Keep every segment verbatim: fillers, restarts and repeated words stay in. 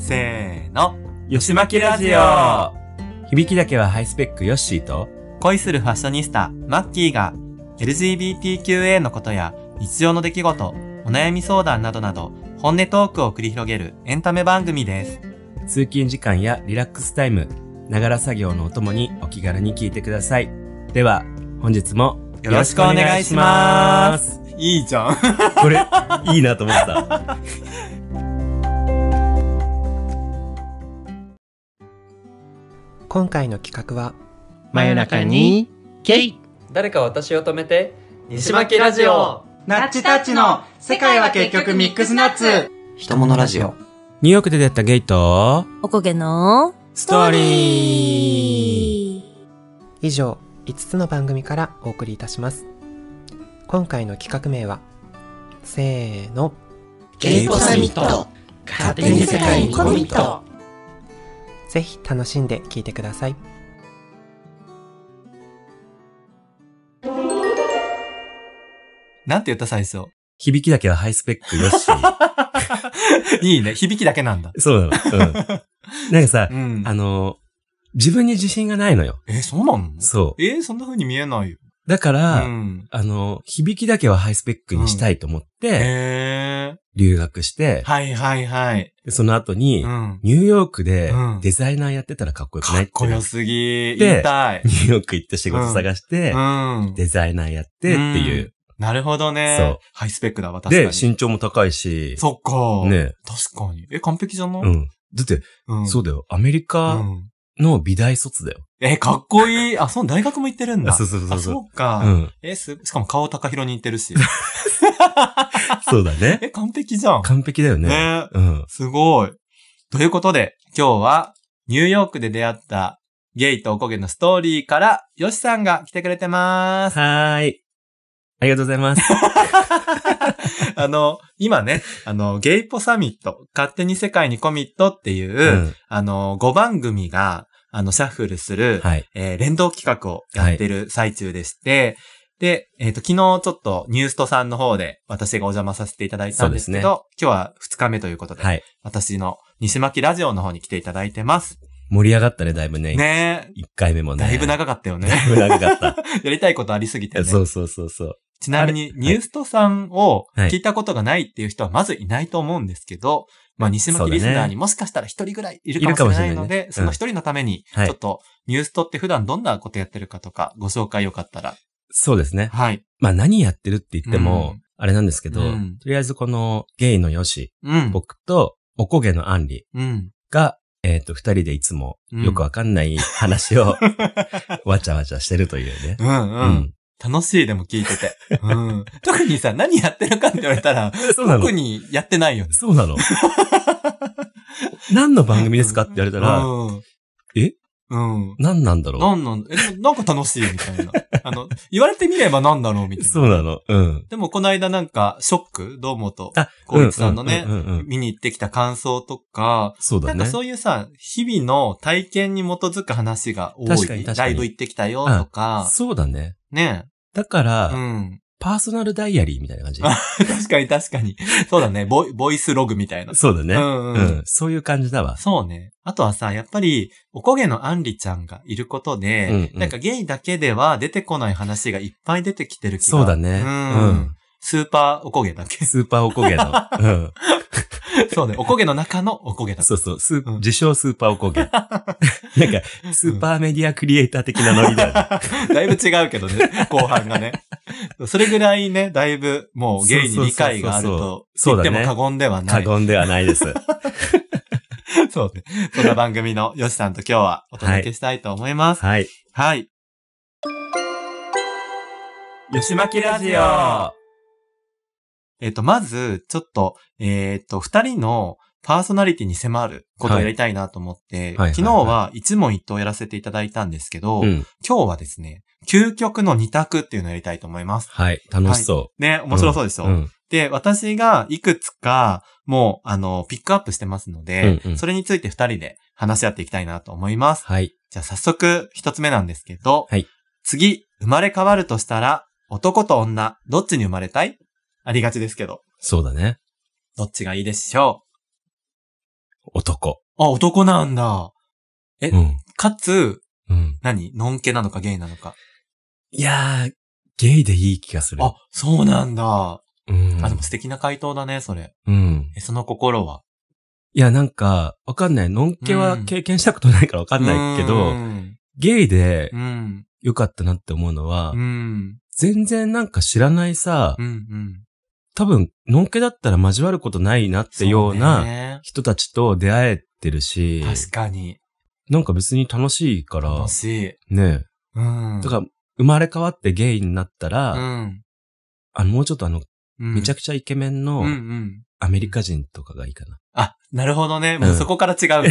せーの。 よしまきラジオ。響きだけはハイスペックヨッシーと恋するファッショニスタマッキーが エルジービーティーキューエー のことや日常の出来事、お悩み相談などなど本音トークを繰り広げるエンタメ番組です。 通勤時間やリラックスタイム、ながら作業のお供にお気軽に聞いてください。では本日もよろしくお願いします。いいじゃん。 これいいなと思った。 今回の企画は真夜中にゲイ。 誰か私を止めて西巻ラジオ。 ナッチタッチの世界は結局ミックスナッツ。 人物ラジオ。 ニューヨークで出会ったゲイとおこげのストーリー。 以上いつつの番組からお送りいたします。今回の企画名はせーの、 ゲイポサミット、勝手に世界にコミット。 ぜひ楽しんで聞いてください。 なんて言った最初。 響きだけはハイスペックヨッシー。 いいね。響きだけなんだ。 そうなの。うん。なんかさ、 うん、 あの、自分に自信がないのよ。 え、そうなの？ そう。 えー、そんな風に見えないよ。 だから、 うん、 あの、響きだけはハイスペックにしたいと思って、うん、 へー、 留学して、 はいはいはい。 でその後に、うん、ニューヨークでデザイナーやってたらかっこよくないって、 かっこよすぎ。言いたい。 ニューヨーク行って仕事探して、うんうん、デザイナーやってっていう。うんなるほどね。そう。ハイスペックだわ、確かに。 で、身長も高いし。 そっか。 ね。 確かに。え、完璧じゃない？ うん。だって、うん、そうだよ。アメリカの美大卒だよ。 え、かっこいい。あ、そう、大学も行ってるんだ。 そうそうそうそう。 あ、そっか。うん。え、す、しかも顔高広に行ってるし。 そうだね。 え、完璧じゃん。 完璧だよね。 ね。うん。すごい。ということで、今日は、ニューヨークで出会ったゲイとおこげのストーリーから、ヨシさんが来てくれてます。 はーい。ありがとうございます。 あの、今ね、あの、ゲイポサミット、勝手に世界にコミットっていう、うん、あの、ごばん組が、あの、シャッフルする、はいえー、連動企画をやってる最中でして、はい、で、えっと、昨日ちょっとニューストさんの方で私がお邪魔させていただいたんですけど、ね、今日はふつかめということで、はい、私の西巻ラジオの方に来ていただいてます。 盛り上がったね、だいぶね。 ねえ。 いっかいめもね。 だいぶ長かったよね。 だいぶ長かった。 やりたいことありすぎてね。 そうそうそうそう。 ちなみに、ニューストさんを聞いたことがないっていう人はまずいないと思うんですけど、まあ、西巻リスナーにもしかしたら一人ぐらいいるかもしれないので、ね、その一人のために、ちょっと、ニューストって普段どんなことやってるかとか、ご紹介よかったら。 そうですね。 はい。 まあ、何やってるって言っても、うん、あれなんですけど、うん、とりあえずこのゲイのヨシ、うん、僕とおこげのアンリが、えっと、二人でいつもよくわかんない話を、わちゃわちゃしてるというね。 うんうん。うん楽しいでも聞いてて。うん。特にさ、何やってるかって言われたら、特にやってないよね。 そうなの。何の番組ですかって言われたら、うん、えうん。何なんだろう何なんだえ、なんか楽しいみたいな。あの、言われてみれば何だろうみたいな。 そうなの。うん。 でもこの間なんか、ショック堂本光一さんのね、見に行ってきた感想とか、 そうだね。 なんかそういうさ、日々の体験に基づく話が多い。 確かに確かにライブ行ってきたよとか。 そうだね。 ねだから、 うん。 パーソナルダイアリーみたいな感じ。 確かに確かに。そうだね。ボイ、ボイスログみたいな。 そうだね。 うんうん。うん、 そういう感じだわ。 そうね。あとはさ、やっぱり、おこげのアンリちゃんがいることで、うんうん、なんかゲイだけでは出てこない話がいっぱい出てきてる気が。 そうだね。 うん。うん、スーパーおこげだっけスーパーおこげの。うん。 そうね。おこげの中のおこげだ。 そうそう。スー、うん、自称スーパーおこげ。なんか、スーパーメディアクリエイター的なノリだよね。 だいぶ違うけどね。後半がね。それぐらいね、だいぶもうゲイに理解があると言っても過言ではない。 過言ではないです。 そうね。そんな番組のヨシさんと今日はお届けしたいと思います。 はい。 はい。ヨシマキラジオ。えっと、まず、ちょっと、えっと、二人のパーソナリティに迫ることをやりたいなと思って、はい、昨日は一問一答やらせていただいたんですけど、うん、今日はですね、究極の二択っていうのをやりたいと思います。 はい、楽しそう。はい、 ね、面白そうでしょ、うんうん、で、私がいくつか、もう、あの、ピックアップしてますので、うんうん、それについて二人で話し合っていきたいなと思います。 はい。 じゃあ早速、一つ目なんですけど、 はい。 次、生まれ変わるとしたら、男と女、どっちに生まれたい？ありがちですけど。 そうだね。 どっちがいいでしょ男。 あ、男なんだ。え、 うん、 かつ、 うん、 何ノンケなのかゲイなのか。 いやー、ゲイでいい気がする。 あ、そうなんだ。 うん、 あ、でも素敵な回答だね、それ。 うん。 え、その心は。 いや、なんか、わかんない。ノンケは経験したことないからわかんないけど、うん、ゲイで、よかったなって思うのは、うん、全然なんか知らないさ、うんうん、多分、ノンケだったら交わることないなってような人たちと出会えてるし、 確かに。 なんか別に楽しいから、 楽しい。 ねえ。うん、だから、生まれ変わってゲイになったら、うん、あの、もうちょっとあの、うん、めちゃくちゃイケメンの、アメリカ人とかがいいかな。 あ、なるほどね。もうそこから違う。うん、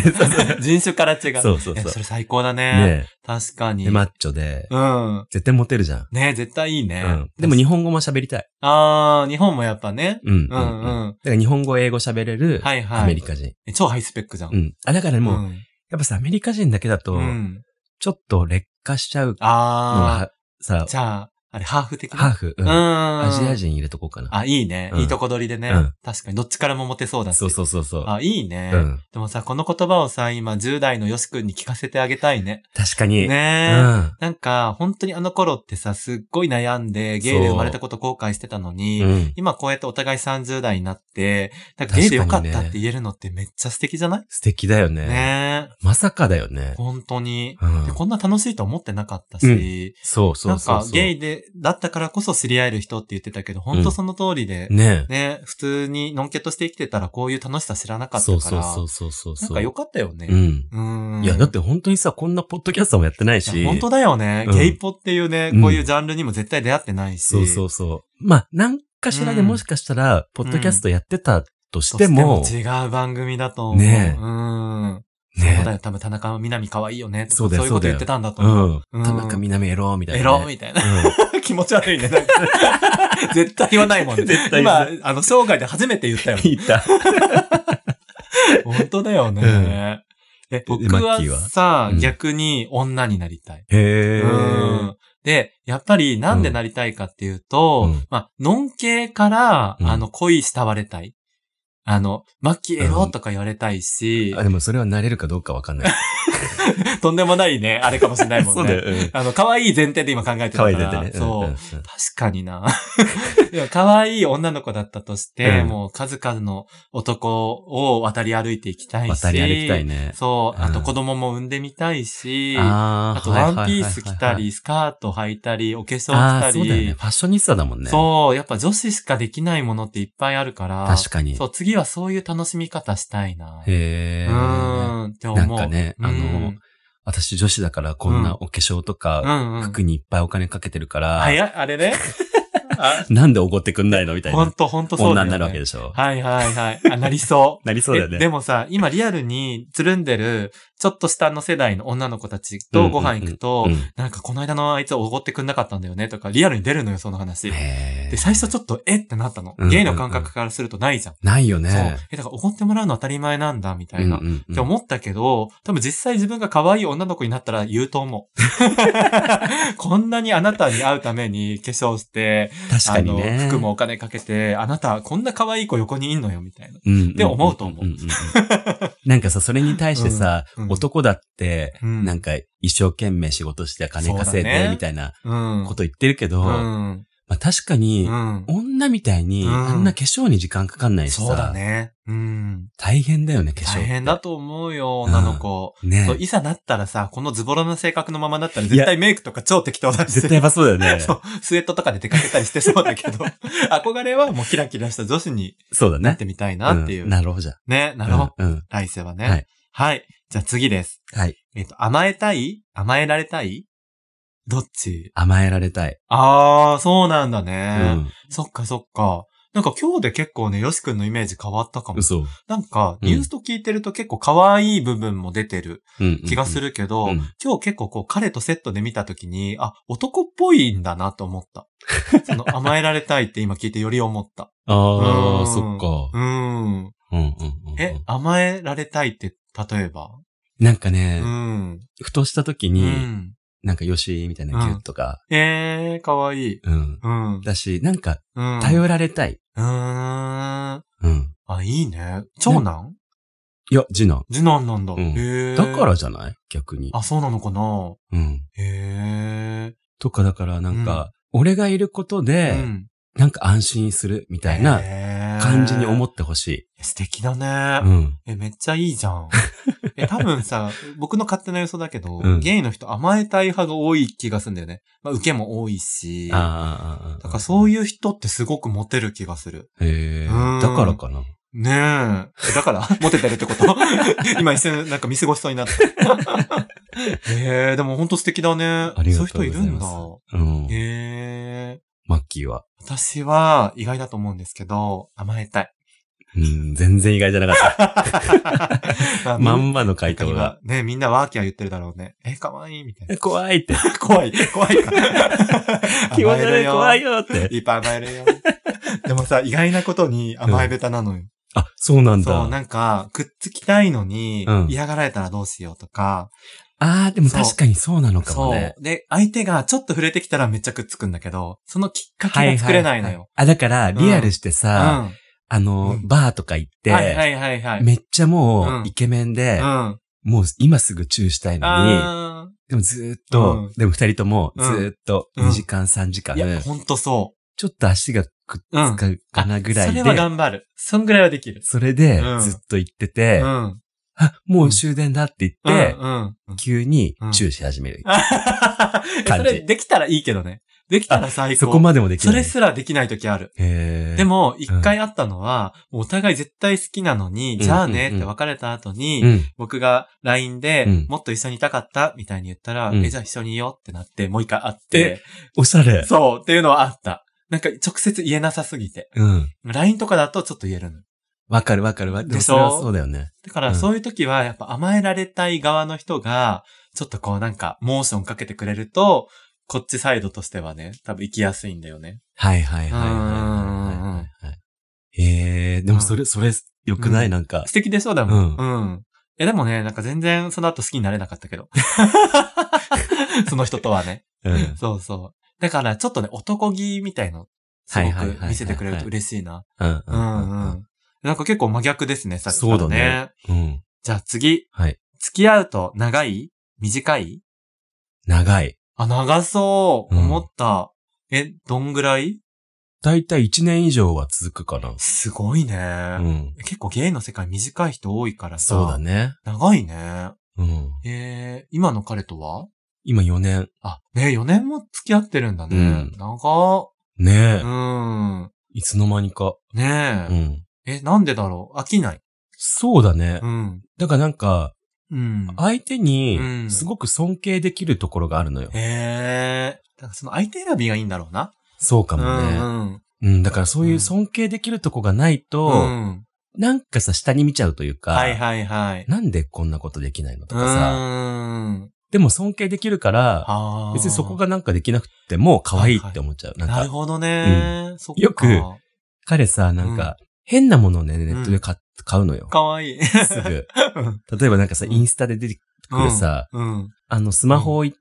人種から違う。 そうそうそう。 それ最高だね。ね確かに。 で、マッチョで。うん。絶対モテるじゃん。 ね絶対いいね。 うん。でも日本語も喋りたい。 あー、日本もやっぱね。 うん。うんうん。だから日本語、英語喋れる。はいはい。アメリカ人。 超ハイスペックじゃん。 うん。あ、だからもう、やっぱさ、アメリカ人だけだと、うん、ちょっと劣化しちゃうのが、あさ、じゃあ、あれ、ハーフ的なハーフ。うん。アジア人入れとこうかな。 あ、いいね。いいとこ取りでね。確かに、どっちからもモテそうだし。 そうそうそうそう。 あ、いいね。でもさ、この言葉をさ、今、じゅう代のよしくんに聞かせてあげたいね。 確かに。 ねえ。なんか、本当にあの頃ってさ、すっごい悩んで、ゲイで生まれたこと後悔してたのに、今こうやってお互いさんじゅう代になって、なんかゲイでよかったって言えるのってめっちゃ素敵じゃない？ 素敵だよね。ねえ。まさかだよね。 本当に。で、こんな楽しいと思ってなかったし、 そうそうそう。 なんか、ゲイで、だったからこそ知り合える人って言ってたけど、本当その通りで、うん、ねね、普通にノンケとして生きてたらこういう楽しさ知らなかったから、そうそうそうそうそう。なんか良かったよね。うん。うん。 いや、だって本当にさ、こんなポッドキャストもやってないし。 本当だよね。うん、ゲイポっていうね、こういうジャンルにも絶対出会ってないし。 うん、そうそうそう。まあ、なんかしらでもしかしたら、ポッドキャストやってたとしても。 うん、しても違う番組だと思う。ねうん。ね、そうだよ。多分田中みな実可愛いよね。そうだよ。そういうこと言ってたんだと思う。 うん。田中みな実エロみたいな、 ね。エロみたいな。うん、気持ち悪いね。絶対言わないもんね。絶対今、あの、生涯で初めて言ったよ。 言った。 本当だよね。うん、え僕はさ、うん、逆に女になりたい。 へー。 うん。で、やっぱりなんでなりたいかっていうと、うん、まあ、ノン系から、あの、恋慕われたい。あの、マッキーエロとか言われたいし、 うん。あ、でもそれはなれるかどうかわかんない。 とんでもないね、あれかもしれないもんね。そうだよ、うん、あの、可愛い前提で今考えてるから。可愛い前提ね。そう。うんうんうん、確かにな。可愛い女の子だったとして、うん、もう数々の男を渡り歩いていきたいし。 渡り歩きたいね。 そう。あと子供も産んでみたいし、うん、あ, あとワンピース着たり、スカート履いたり、お化粧したり。 そうだよね。ファッショニスタだもんね。 そう。やっぱ女子しかできないものっていっぱいあるから。 確かに。 そう、次はそういう楽しみ方したいな。 へー。 うーん。って思う。 なんかね、あの、私女子だからこんなお化粧とか、服にいっぱいお金かけてるから。 はい、あれね。 なんでおごってくんないのみたいな。 ほんと、ほんとそうだよね。 女になるわけでしょ。 はいはいはい。あ、なりそう。 なりそうだよね。 でもさ、今リアルにつるんでる、ちょっと下の世代の女の子たちとご飯行くと、うんうんうん、なんかこの間のあいつおごってくんなかったんだよねとか、リアルに出るのよ、その話。で、最初ちょっと、えってなったの。うんうんうん、ゲイの感覚からするとないじゃん。 ないよね。そう。 え、だからおごってもらうの当たり前なんだ、みたいな、うんうんうん。って思ったけど、多分実際自分が可愛い女の子になったら言うと思う。こんなにあなたに会うために化粧して、 確かにね。 服もお金かけて、あなたこんな可愛い子横にいんのよ、みたいな。うんうんうんうん、って思うと思う。 なんかさ、それに対してさ、うんうん、男だって、うん、なんか一生懸命仕事して金稼いで、ね、みたいなこと言ってるけど、うんまあ、確かに、うん、女みたいに、あんな化粧に時間かかんないしさ。 そうだね。うん。 大変だよね、化粧。 大変だと思うよ、女の子。うん、ねそう。いざなったらさ、このズボラな性格のままだったら絶対メイクとか超適当だし。 絶対やばそうだよね。 そう。スウェットとかで出かけたりしてそうだけど、憧れはもうキラキラした女子になってみたいなっていう。 うん、なるほどじゃ。 ね、なるほど。うん。来世はね。はい。はい。じゃあ次です。 はい。 えっと、甘えたい？甘えられたい？どっち？ 甘えられたい。 あー、そうなんだね。うん。そっかそっか。なんか今日で結構ね、よしくんのイメージ変わったかも。 嘘。 なんか、ニュースと聞いてると結構可愛い部分も出てる気がするけど、うんうんうん、今日結構こう彼とセットで見たときに、あ、男っぽいんだなと思った。その甘えられたいって今聞いてより思った。 あー、そっか。 うん。うんうんうん。え、甘えられたいって例えば？ なんかね、うん、ふとしたときに、うんなんかよしみたいなギュッとか。 うん、えー、かわいい。 うん。うん。だし、なんか、頼られたい。 うん。うーん。うん。あ、いいね。長男？ いや、次男。 次男なんだ。 うん、 へえ。 だからじゃない逆に。 あ、そうなのかな。 うん。 へえ。 とかだからなんか、うん、俺がいることで、うん、なんか安心するみたいな感じに思ってほしい。 素敵だね。うん。え、めっちゃいいじゃん。え、多分さ、僕の勝手な予想だけど、うん、ゲイの人甘えたい派が多い気がするんだよね。まあ、受けも多いし。ああ。だからそういう人ってすごくモテる気がする。 へえ。だからかな。 ねえ。だからモテてるってこと今一瞬なんか見過ごしそうになった。へえ、でもほんと素敵だね。ありがとうございます。そういう人いるんだ。うん。へえ。 マッキーは私は意外だと思うんですけど、甘えたい。 うん、全然意外じゃなかった。まんまの回答が。 ね、みんなワーキャー言ってるだろうね。え、かわいいみたいな。 怖いって。 怖い、怖いか。 気持ち悪い、怖いよって。 いっぱい甘えるよ。でもさ、意外なことに甘えベタなのよ。うん、 あ、そうなんだ。 そう、なんか、くっつきたいのに、うん、嫌がられたらどうしようとか。 ああ、でも確かにそうなのかもね。 そう。で、相手がちょっと触れてきたらめっちゃくっつくんだけど、そのきっかけが作れないのよ。はいはいはい、 あ、だから、リアルしてさ、うん、あの、うん、バーとか行って、はいはいはいはい、めっちゃもう、イケメンで、うん、もう今すぐチューしたいのに、でもずーっと、うん、でも二人ともずーっとにじかん、さんじかん、 いや、ほんとそう。 ちょっと足がくっつくかなぐらいで、 それは頑張る。そんぐらいはできる。 それで、ずっと言ってて、うんあ、もう終電だって言って、うんうん、急にチューし始める感じ。 それできたらいいけどね。できたら最高。 そこまでもできない。 それすらできないときある。へでも、一回あったのは、うん、お互い絶対好きなのに、うん、じゃあねって別れた後に、うん、僕が ライン で、うん、もっと一緒にいたかったみたいに言ったら、うん、え、じゃあ一緒にいようってなって、もう一回会って。 おしゃれ。 そう、っていうのはあった。なんか直接言えなさすぎて。うん、ライン とかだとちょっと言えるの。 わかるわかるわかる。でそれはそうだよね。 だからそういう時はやっぱ甘えられたい側の人が、ちょっとこうなんかモーションかけてくれると、こっちサイドとしてはね、多分行きやすいんだよね。 はいはいはいはいはい。ええー、でもそれ、それ良くない、うん、なんか。 素敵でしょだもん。うん。うん。え、でもね、なんか全然その後好きになれなかったけど。その人とはね。うん。そうそう。だからちょっとね、男気みたいの、すごく見せてくれると嬉しいな。うんうんうん。なんか結構真逆ですね、さっきからね。そうだね。うん。じゃあ次。はい。付き合うと長い？短い？ 長い。 あ、長そう。うん、思った。え、どんぐらい？ だいたいいちねん以上は続くかな。 すごいね。うん。結構ゲイの世界短い人多いからさ。 そうだね。 長いね。うん。えー、今の彼とは？ 今よねん。 あ、ねよねんも付き合ってるんだね。うん。長ねえ。うん。いつの間にか。 ねえ。うん。え、なんでだろう？飽きない？ そうだね。うん。だからなんか、うん。相手に、すごく尊敬できるところがあるのよ。 うん、へえ。だからその相手選びがいいんだろうな。 そうかもね。うん、うん。うん。だからそういう尊敬できるとこがないと、うん、なんかさ、下に見ちゃうというか。 はいはいはい。 なんでこんなことできないのとかさ。うん。でも尊敬できるから、別にそこがなんかできなくても可愛いって思っちゃう。なんかなるほどね、うん。そっか。 よく、彼さ、なんか、うん、変なものをね、ネットで買うのよ。 かわいい。 すぐ。例えばなんかさ、インスタで出てくるさ、うんうん、あの、スマホを行って、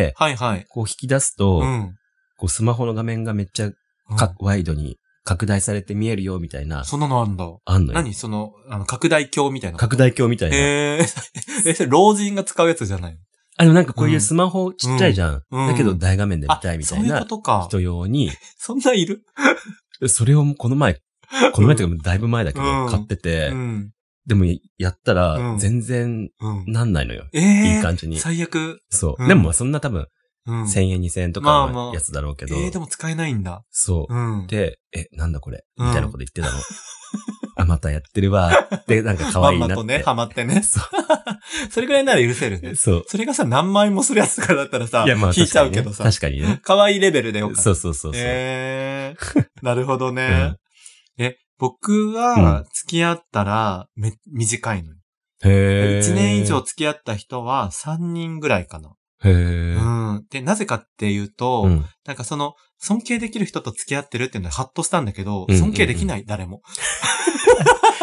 うん、はいはい。こう引き出すと、うん、こうスマホの画面がめっちゃか、うん、ワイドに拡大されて見えるよみたいな。 そんなのあんだ。 あんのよ。 何その、あの、拡大鏡みたいな。 拡大鏡みたいな。 えー、え、それ老人が使うやつじゃないの？ あの、なんかこういうスマホちっちゃいじゃん。うん、だけど大画面で見たいみたいな人用に。 そんないる？ それをこの前、この前というかだいぶ前だけど買ってて、うん、でもやったら全然なんないのよ。うん、いい感じに。 最悪。 そう。うん、でもそんな多分、せんえんにせんえんとかのやつだろうけど。まあまあ、 えー、でも使えないんだ。 そう。うん、で、え、なんだこれみたいなこと言ってたの。あ、またやってるわ。で、なんか可愛いなって。まんまとね、ハマってね。そう。それぐらいなら許せるね。そう。それがさ、何万円もするやつとかだったらさ、いやまあ、引いちゃうけどさ。 確かにね。 可愛いレベルでよかった。 そうそうそうそう。 えー、なるほどね。うん、え、僕は付き合ったらめ、短いのよ。へー。いちねん以上付き合った人はさんにんぐらいかな。へー。うん。で、なぜかっていうと、うん、なんかその、尊敬できる人と付き合ってるっていうのはハッとしたんだけど、尊敬できない、誰も。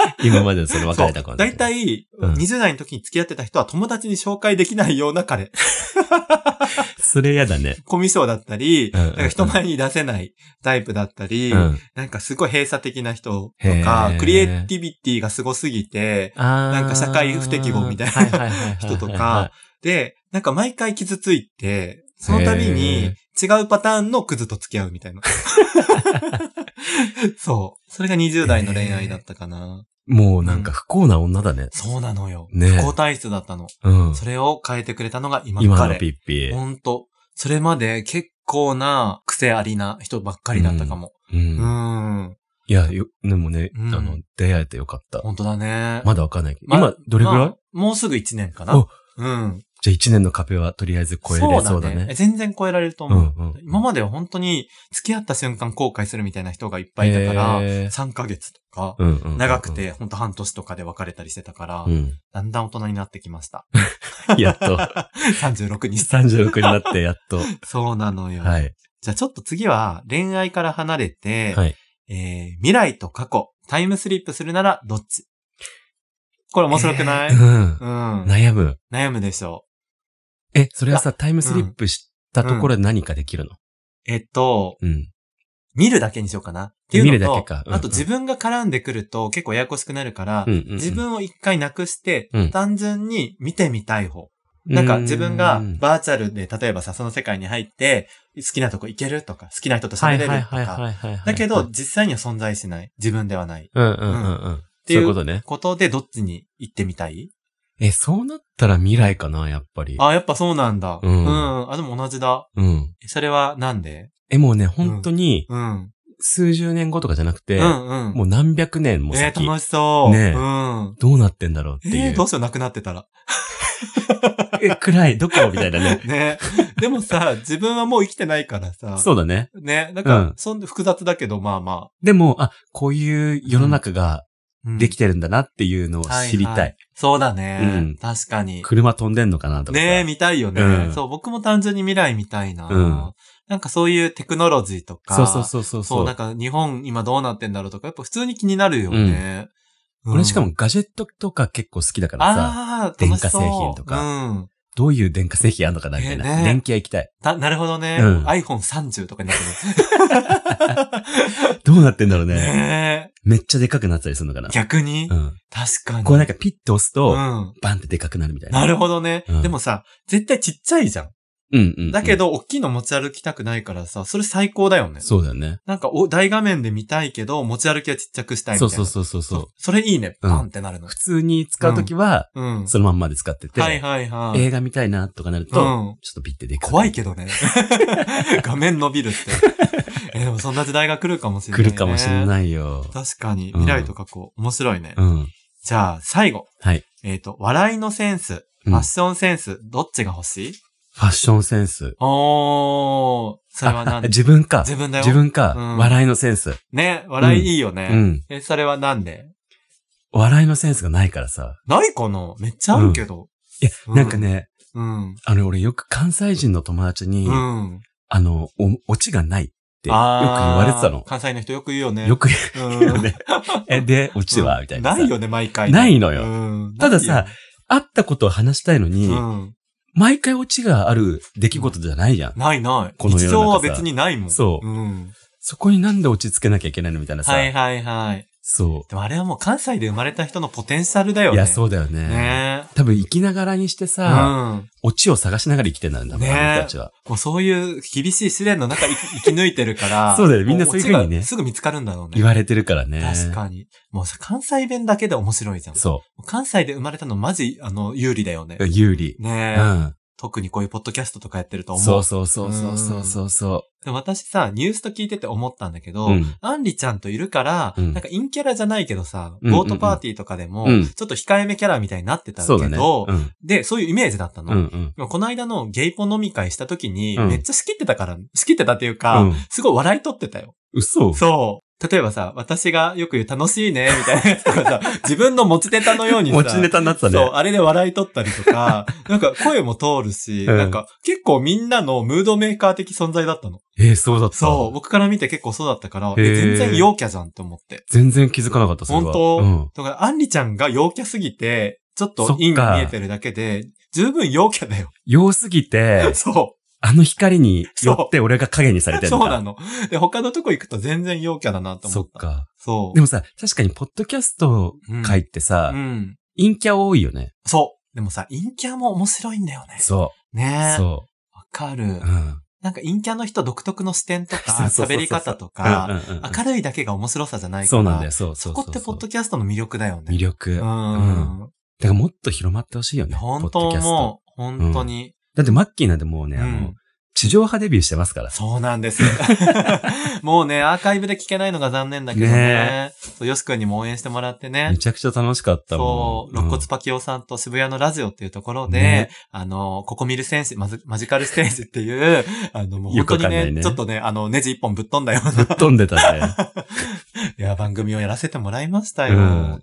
今までそれ別れた子だいたい、にじゅう代の時に付き合ってた人は友達に紹介できないような彼。 それ嫌だね。 コミュ障だったり、うんうんうん、なんか人前に出せないタイプだったり、うん、なんかすごい閉鎖的な人とか、クリエイティビティがすごすぎて、なんか社会不適合みたいな人とか、で、なんか毎回傷ついて、その度に違うパターンのクズと付き合うみたいな。そう。それがにじゅう代の恋愛だったかな。 もうなんか不幸な女だね。 うん、そうなのよ。ね、不幸体質だったの。うん。それを変えてくれたのが今の彼。 今のピッピ。 ほんと。それまで結構な癖ありな人ばっかりだったかも。うん。うん。 うんいや、よ、でもね、うん、あの、出会えてよかった。 本当だね。 まだわかんないけど。ま、今、どれぐらい、まあ、 もうすぐいちねんかな。うん。 じゃあいちねんの壁はとりあえず超えれそうだね。そうだね。 全然超えられると思う。うんうん、今までは本当に付き合った瞬間後悔するみたいな人がいっぱいいたから、さんかげつとか、うんうんうんうん、長くて本当半年とかで別れたりしてたから、うん、だんだん大人になってきました。 やっと。 さんじゅうろくに。 さんじゅうろくになってやっと。 そうなのよ。はい。じゃあちょっと次は恋愛から離れて、はいえー、未来と過去、タイムスリップするならどっち？これ面白くない？えー、うん。 うん。悩む。 悩むでしょう。え、それはさ、タイムスリップしたところで何かできるの？うん、 えっと、うん。見るだけにしようかな。っていうのと、見るだけか。うんうん、あと自分が絡んでくると結構ややこしくなるから、うんうんうん、自分を一回なくして、うん、単純に見てみたい方。なんか自分がバーチャルで、例えばさ、その世界に入って、好きなとこ行けるとか、好きな人と喋れるとか。だけど、実際には存在しない。自分ではない。 うんうんうんうん。っていうことね。 ことで、どっちに行ってみたい？ え、そうなったら未来かな、やっぱり。 あ、やっぱそうなんだ。うん。うん。あ、でも同じだ。うん。それはなんで？ え、もうね、本当に、うん。数十年後とかじゃなくて、うんうん、もう何百年も先。 えー、楽しそう。 ねえ、うん。どうなってんだろうっていう。 えー、どうしようなくなってたら。 え、暗い、どこみたいなね。 ね。でもさ、自分はもう生きてないからさ。 そうだね。 ね。なんか、うん、そんな複雑だけど、まあまあ。 でも、あ、こういう世の中ができてるんだなっていうのを知りたい。うんはいはい、 そうだね、うん。確かに。 車飛んでんのかなとか。 ねえ、見たいよね、うん。そう、僕も単純に未来見たいな。うん、なんかそういうテクノロジーとか。 そうそうそうそう。 そう、なんか日本今どうなってんだろうとか、やっぱ普通に気になるよね。 うん、俺しかもガジェットとか結構好きだからさ。あ電化製品とか。うん。どういう電化製品あんのかなみたいな。ね、電気屋行きたい。 た、なるほどね。うん、アイフォンサーティー とかになってる。 どうなってんだろうね。ねめっちゃでかくなったりするのかな逆に、うん、確かに。 こうなんかピッと押すと、うん、バンってでかくなるみたいな。 なるほどね、うん。でもさ、絶対ちっちゃいじゃん。うんうんうん、だけど、大きいの持ち歩きたくないからさ、それ最高だよね。 そうだよね。 なんかお、大画面で見たいけど、持ち歩きはちっちゃくしたいみたいな。 そうそうそうそう。 それいいね。バンってなるの。 うん、普通に使うときは、うん、そのまんまで使ってて、 はいはいはい。 映画見たいなとかなると、うん、ちょっとピッてでかく。 怖いけどね。画面伸びるって。えー、でもそんな時代が来るかもしれない、ね。 来るかもしれないよ。 確かに。未来と過去、うん、面白いね。うん。じゃあ、最後。はい。えっと、笑いのセンス、ファッションセンス、うん、どっちが欲しい？ ファッションセンス。 おー。それは何？ 自分か。 自分だよ。 自分か、うん。笑いのセンス。 ね、笑いいいよね。うん。え、それはなんで？ 笑いのセンスがないからさ。 ないかな？めっちゃあるけど。うん、 いや、うん、なんかね、うん。あの、俺よく関西人の友達に、うん。あの、お、オチがないってよく言われてたの。 関西の人よく言うよね。 よく言うよね。うん、え、で、オチは、みたいな。 ないよね、毎回。 ないのよ。うん、たださ、会ったことを話したいのに、うん毎回オチがある出来事じゃないじゃん。 ないない。この日常は別にないもん。 そう。うん。そこになんで落ち着けなきゃいけないのみたいなさ。 はいはいはい。 そう。 でもあれはもう関西で生まれた人のポテンシャルだよね。 いや、そうだよね。ね多分生きながらにしてさ、うん、オチを探しながら生きてるんだもん、ね、あの人たちは。 もうそういう厳しい試練の中生き抜いてるから。 そうだよ、みんなそういう風にね。 すぐ見つかるんだろうね。 言われてるからね。 確かに。もうさ、関西弁だけで面白いじゃん。そう。関西で生まれたのマジ、あの、有利だよね。 有利。 ねえ。うん。特にこういうポッドキャストとかやってると思う。 そうそうそうそうそうそうそう。 で私さ、ニュースと聞いてて思ったんだけど、うん、アンリちゃんといるから、うん、なんか陰キャラじゃないけどさ、ボートパーティーとかでも、うん、ちょっと控えめキャラみたいになってたけど、ねうん、で、そういうイメージだったの。うんうん、この間のゲイポ飲み会した時に、めっちゃ仕切ってたから、仕切ってたっていうか、うん、すごい笑い取ってたよ。 嘘？ そう。 例えばさ、私がよく言う楽しいね、みたいなやつとかさ、自分の持ちネタのようにさ、 持ちネタになってたね。 そう、あれで笑い取ったりとか、なんか声も通るし、うん、なんか結構みんなのムードメーカー的存在だったの。 えー、そうだった。 そう、僕から見て結構そうだったから、え全然陽キャじゃんって思って。 全然気づかなかった、それは。 本当、うん、だから、アンリちゃんが陽キャすぎて、ちょっと陰に見えてるだけで、十分陽キャだよ。 陽すぎて、 そう。 あの光によって俺が影にされてるんだ。 そうなの。で、他のとこ行くと全然陽キャだなと思った。 そっか。 そう。 でもさ、確かにポッドキャスト界ってさ、うんうん、陰キャ多いよね。 そう。でもさ、陰キャも面白いんだよね。 そう。 ねえ。 そう。 わかる。 うん。 なんか陰キャの人独特の視点とか、喋り方とか、明るいだけが面白さじゃないから。 そうなんだよ、そうそうそう。 そこってポッドキャストの魅力だよね。 魅力。うん。 うん。 だからもっと広まってほしいよね。 本当もう、本当に、 うん。だってマッキーなんてもうね、あの、うん地上波デビューしてますから。 そうなんです。もうね、アーカイブで聞けないのが残念だけどね。ねそう、よしくんにも応援してもらってね。 めちゃくちゃ楽しかったもん。そう、肋骨パキオさんと渋谷のラジオっていうところで、ね、あの、ここ見る戦士、マジカルステージっていう、あの、もう本当にね、ねちょっとね、あの、ネジ一本ぶっ飛んだような。 ぶっ飛んでたね。 いや、番組をやらせてもらいましたよ。うん、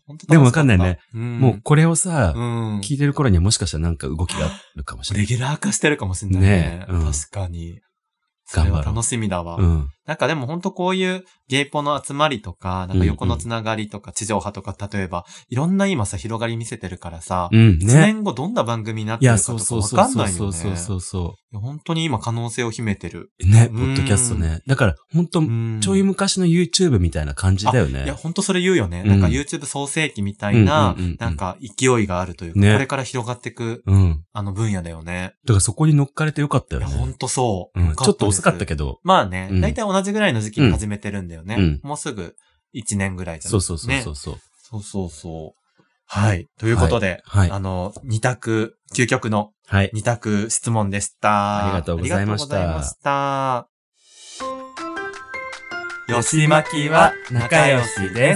でもわかんないね、うん。もうこれをさ、 うん、 聞いてる頃にはもしかしたらなんか動きがあるかもしれない。 レギュラー化してるかもしれないね。ねうん、確かに。それは楽しみだわ。うん、なんかでも本当こういうゲイポの集まりとか、なんか横のつながりとか、地上波とか、例えば、いろんな今さ、広がり見せてるからさ、 うんね、 いちねんごどんな番組になってるかとかわかんないよね。 そうそうそうそう。 本当に今可能性を秘めてる。 ね、ポッドキャストね。だから本当ちょい昔の YouTube みたいな感じだよね。 いや、本当それ言うよね。うん、なんか YouTube 創世記みたいな、なんか勢いがあるというか、ね、これから広がっていく、うん、あの分野だよね。 だからそこに乗っかれてよかったよね。 いや、本当そう、 うん。ちょっと遅かったけど。 まあね、だいたい同じぐらいの時期に始めてるんだよね。うん、もうすぐいちねんぐらいじゃないですか、ね。 そうそうそうそう。 そうそうそう。はい。ということで、はいはい、あの、二択、究極の二択質問でした、 はい。ありがとうございました。 ありがとうございました。よしまきは仲良しです。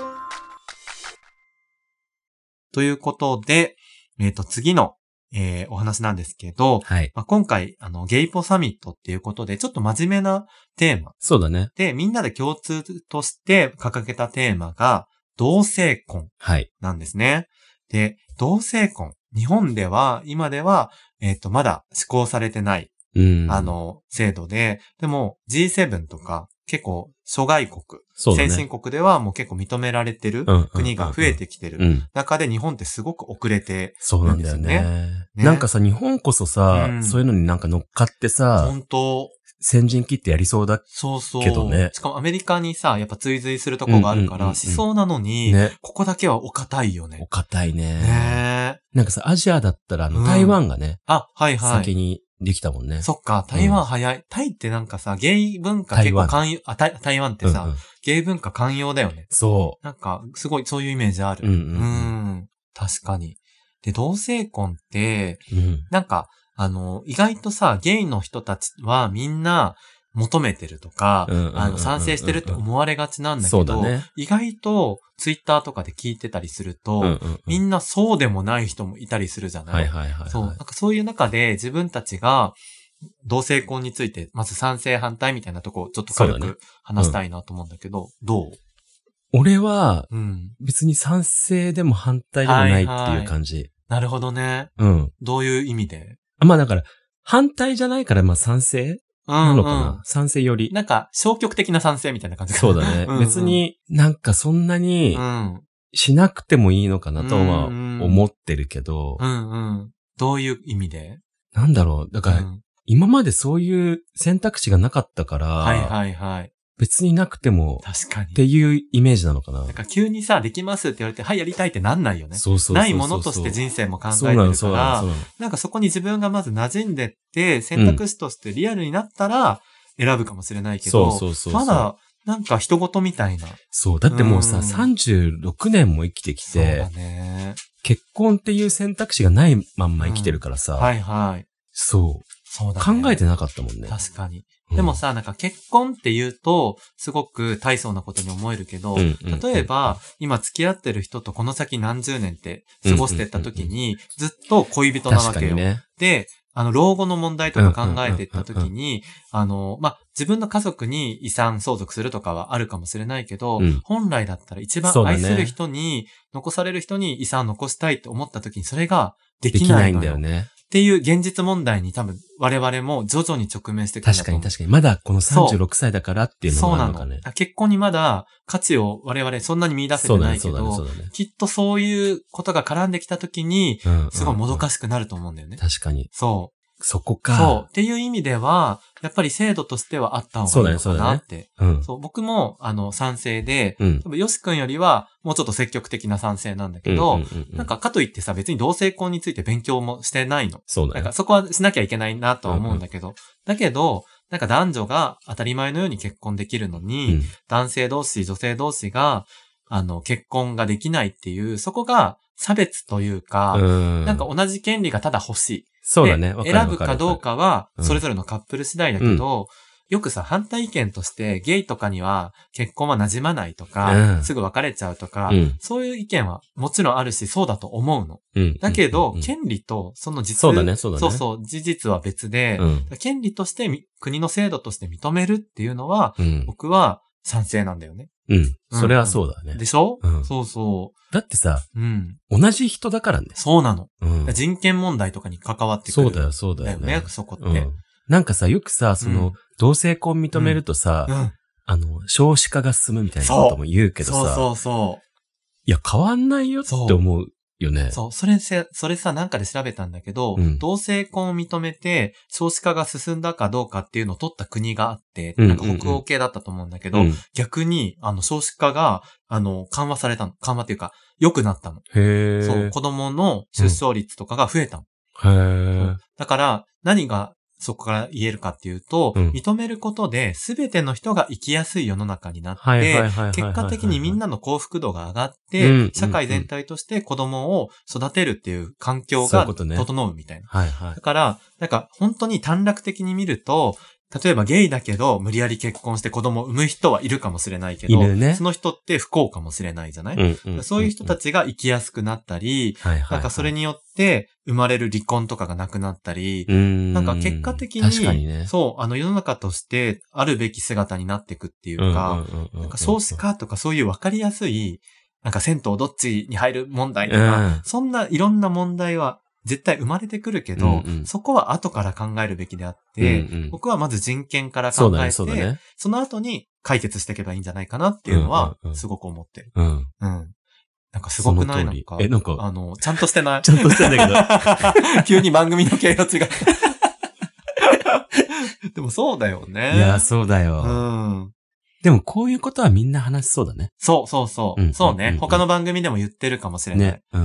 ということで、えっと、次の、えー、お話なんですけど、 はい。 まあ、今回、あの、ゲイポサミットっていうことで、ちょっと真面目なテーマ。 そうだね。 で、みんなで共通として掲げたテーマが、同性婚なんですね。はい、で、同性婚。日本では、今では、えっと、まだ施行されてない、 うん、 あの、制度で、でも ジーセブン とか、結構、諸外国、ね、先進国ではもう結構認められてる国が増えてきてる中で日本ってすごく遅れてるんですよね。 そうなんだよね。ねなんかさ、日本こそさ、うん、そういうのになんか乗っかってさ、 本当先陣切ってやりそうだけどね。 そうそう。しかもアメリカにさ、やっぱ追随するとこがあるから、しそうなのに、ね、ここだけはお堅いよね。 お堅いね。 ねなんかさ、アジアだったらあの、うん、台湾がね、 あ、はいはい。 先にできたもんね。 そっか、台湾早い。うん、タイってなんかさ、ゲイ文化結構寛容、あ、台、台湾ってさ、うんうん、ゲイ文化寛容だよね。 そう。 なんか、すごいそういうイメージある。 うんうんうん。 うん、確かに。で、同性婚って、 うん、 なんか、あの、意外とさ、ゲイの人たちはみんな、求めてるとか、あの、賛成してるって思われがちなんだけど、 ね、 意外とツイッターとかで聞いてたりすると、 うんうんうん、 みんなそうでもない人もいたりするじゃない、 はいはいはいはい、 そう。なんかそういう中で自分たちが同性婚について、まず賛成反対みたいなとこをちょっと軽く話したいなと思うんだけど、どう？ 俺は、別に賛成でも反対でもないっていう感じ。 はいはい、なるほどね。 うん。 どういう意味で？ まあだから、反対じゃないからまあ賛成なのかな、うんうん、賛成より。 なんか、消極的な賛成みたいな感じかな。そうだね。うんうん、別になんかそんなにしなくてもいいのかなとは思ってるけど。 うんうん。どういう意味で？ なんだろう。だから、うん、今までそういう選択肢がなかったから。 はいはいはい。 別になくても。 確かに。 っていうイメージなのかな。 なんか急にさ、できますって言われて、はい、やりたいってなんないよね。 そうそうそうそう。 ないものとして人生も考えてるから、そうなのそうなのなんかそこに自分がまず馴染んでって、選択肢としてリアルになったら、選ぶかもしれないけど、 そうそうそうそうまだ、なんか人事みたいな。 そう。だってもうさ、うん、さんじゅうろくねんも生きてきて、そうだね。 結婚っていう選択肢がないまんま生きてるからさ。 うん、はいはい。 そう。 そうだね。 考えてなかったもんね。 確かに。でもさ、なんか結婚って言うと、すごく大層なことに思えるけど、うんうんうん、例えば、今付き合ってる人とこの先何十年って過ごしてった時に、ずっと恋人なわけよ。 ね、 で、あの、老後の問題とか考えていったときに、あの、まあ、 自分の家族に遺産相続するとかはあるかもしれないけど、 うん、 本来だったら一番愛する人に、ね、残される人に遺産を残したいって思った時にそれができないのよ。できないんだよね。っていう現実問題に多分我々も徐々に直面してくるんだと思う。 確かに確かに。まだこのさんじゅうろくさいだからっていうのもあるのかね。そうなの。 結婚にまだ価値を我々そんなに見出せてないけど、きっとそういうことが絡んできた時に、すごいもどかしくなると思うんだよね。 うんうんうん、確かに。 そう。 そこか。 そう。っていう意味では、やっぱり制度としてはあった方がいいのかなって。そうだね、そうだね。うん。そう。僕も、あの、賛成で、うん。多分、よしくんよりは、もうちょっと積極的な賛成なんだけど、うんうんうんうん、なんか、かといってさ、別に同性婚について勉強もしてないの。 そうだね。 なんか、そこはしなきゃいけないなとは思うんだけど、うんうん、だけど、なんか男女が当たり前のように結婚できるのに、うん、男性同士、女性同士が、あの、結婚ができないっていう、そこが差別というか、うんなんか同じ権利がただ欲しい。 そうだね。 選ぶかどうかは、それぞれのカップル次第だけど、うん、よくさ、反対意見として、ゲイとかには結婚は馴染まないとか、うん、すぐ別れちゃうとか、うん、そういう意見はもちろんあるし、そうだと思うの。うん、だけど、うん、権利とその実そうだね、そうだね。 そうそう、事実は別で、うん、権利として国の制度として認めるっていうのは、うん、僕は賛成なんだよね。 うん。それはそうだね。 うん、でしょ、うん、そうそう。 だってさ、うん、同じ人だからね。 そうなの、うん。人権問題とかに関わってくる。 そうだよ、そうだよね。 ねそこって、うん。 なんかさ、よくさ、その、うん、同性婚認めるとさ、うん、あの、少子化が進むみたいなことも言うけどさ。 そうそうそう。 いや、変わんないよって思う。よね。 そう。それせ、それさ、なんかで調べたんだけど、うん、同性婚を認めて、少子化が進んだかどうかっていうのを取った国があって、うんうんうん、なんか北欧系だったと思うんだけど、うん、逆に、あの、少子化が、あの、緩和されたの。緩和っていうか、良くなったの。 へー。 そう。子供の出生率とかが増えたの。 うん、へー。 だから、何が、そこから言えるかっていうと、うん、認めることで全ての人が生きやすい世の中になって、結果的にみんなの幸福度が上がって、うん、社会全体として子供を育てるっていう環境が整うみたいな。 はいはい、 だから、なんか本当に短絡的に見ると、例えばゲイだけど無理やり結婚して子供を産む人はいるかもしれないけど、ね、その人って不幸かもしれないじゃない、うんうんうん、そういう人たちが生きやすくなったり、はいはいはい、なんかそれによって生まれる離婚とかがなくなったり、んなんか結果的に、 確かにね、 そう、あの世の中としてあるべき姿になっていくっていうか、なんか少子化とかそういう分かりやすい、なんか銭湯どっちに入る問題とか、うん、そんないろんな問題は絶対生まれてくるけど、うんうん、そこは後から考えるべきであって、うんうん、僕はまず人権から考えて、そ, ね そ, ね、その後に解決していけばいいんじゃないかなっていうのは、すごく思ってる。 うん。 うん。なんかすごくないなんか。 え、なんか。 あの、ちゃんとしてない。 ちゃんとしてんだけど。急に番組の形が違う。でもそうだよね。 いや、そうだよ。 うん。 でもこういうことはみんな話しそうだね。 そうそうそう。うん、そうね、うんうんうん。他の番組でも言ってるかもしれない。 ね。うん。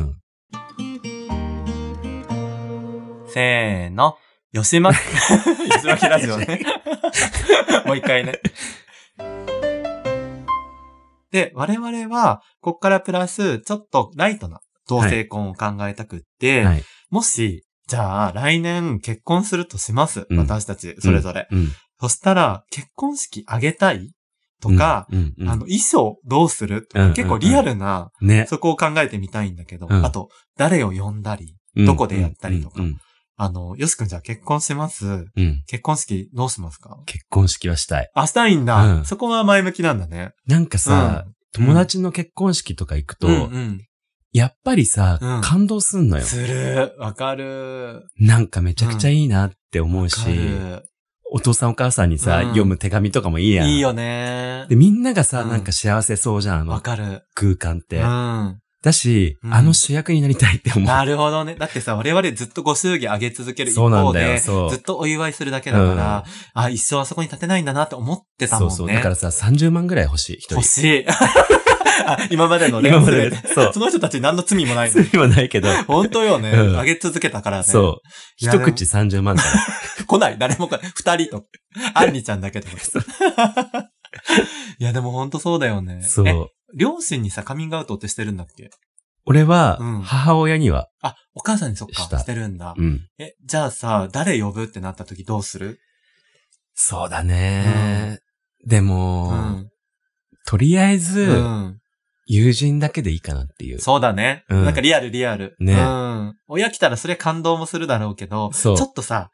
せーの。よしまき、よしまきラジオね。もう一回ね。で、我々は、こっからプラス、ちょっとライトな同性婚を考えたくって、はい、もし、じゃあ、来年結婚するとします。うん、私たち、それぞれ。うんうん、そしたら、結婚式あげたいとか、うんうんうん、あの、衣装どうするとか、うんうんうん、結構リアルな、ね、そこを考えてみたいんだけど、うん、あと、誰を呼んだり、どこでやったりとか。うんうんうんうんあの、よしくんじゃあ結婚します、うん、結婚式どうしますか？ 結婚式はしたい。 あ、したいんだ、うん。そこは前向きなんだね。 なんかさ、うん、友達の結婚式とか行くと、うんうん、やっぱりさ、うん、感動すんのよ。 する。わかる。 なんかめちゃくちゃいいなって思うし、うん、お父さんお母さんにさ、うん、読む手紙とかもいいやん。 いいよね。 で、みんながさ、うん、なんか幸せそうじゃん、あの。 わかる。 空間って。 うんだし、うん、あの主役になりたいって思う。 なるほどね。だってさ、我々ずっとご祝儀あげ続ける一方で、ずっとお祝いするだけだから、うん、あ、一生あそこに立てないんだなって思ってたもんね。そうそう。 だからさ、さんじゅうまんぐらい欲しい、一人。 欲しい。あ今までのね。 今までね。そう。 その人たち何の罪もない。 罪もないけど。 本当よね。うん、あげ続けたからね。 そう。一口さんじゅうまんから。 来ない。誰も来ない。二人と。アンリちゃんだけと。いや、でも本当そうだよね。 そう。 両親にさ、カミングアウトってしてるんだっけ？ 俺は、母親には、 うん。あ、お母さんにそっか、してるんだ。うん。え、じゃあさ、誰呼ぶってなった時どうする？ そうだね、うん。でも、うん、とりあえず、うん、友人だけでいいかなっていう。 そうだね。うん、なんかリアルリアル。ね。うん。親来たらそれ感動もするだろうけど、ちょっとさ、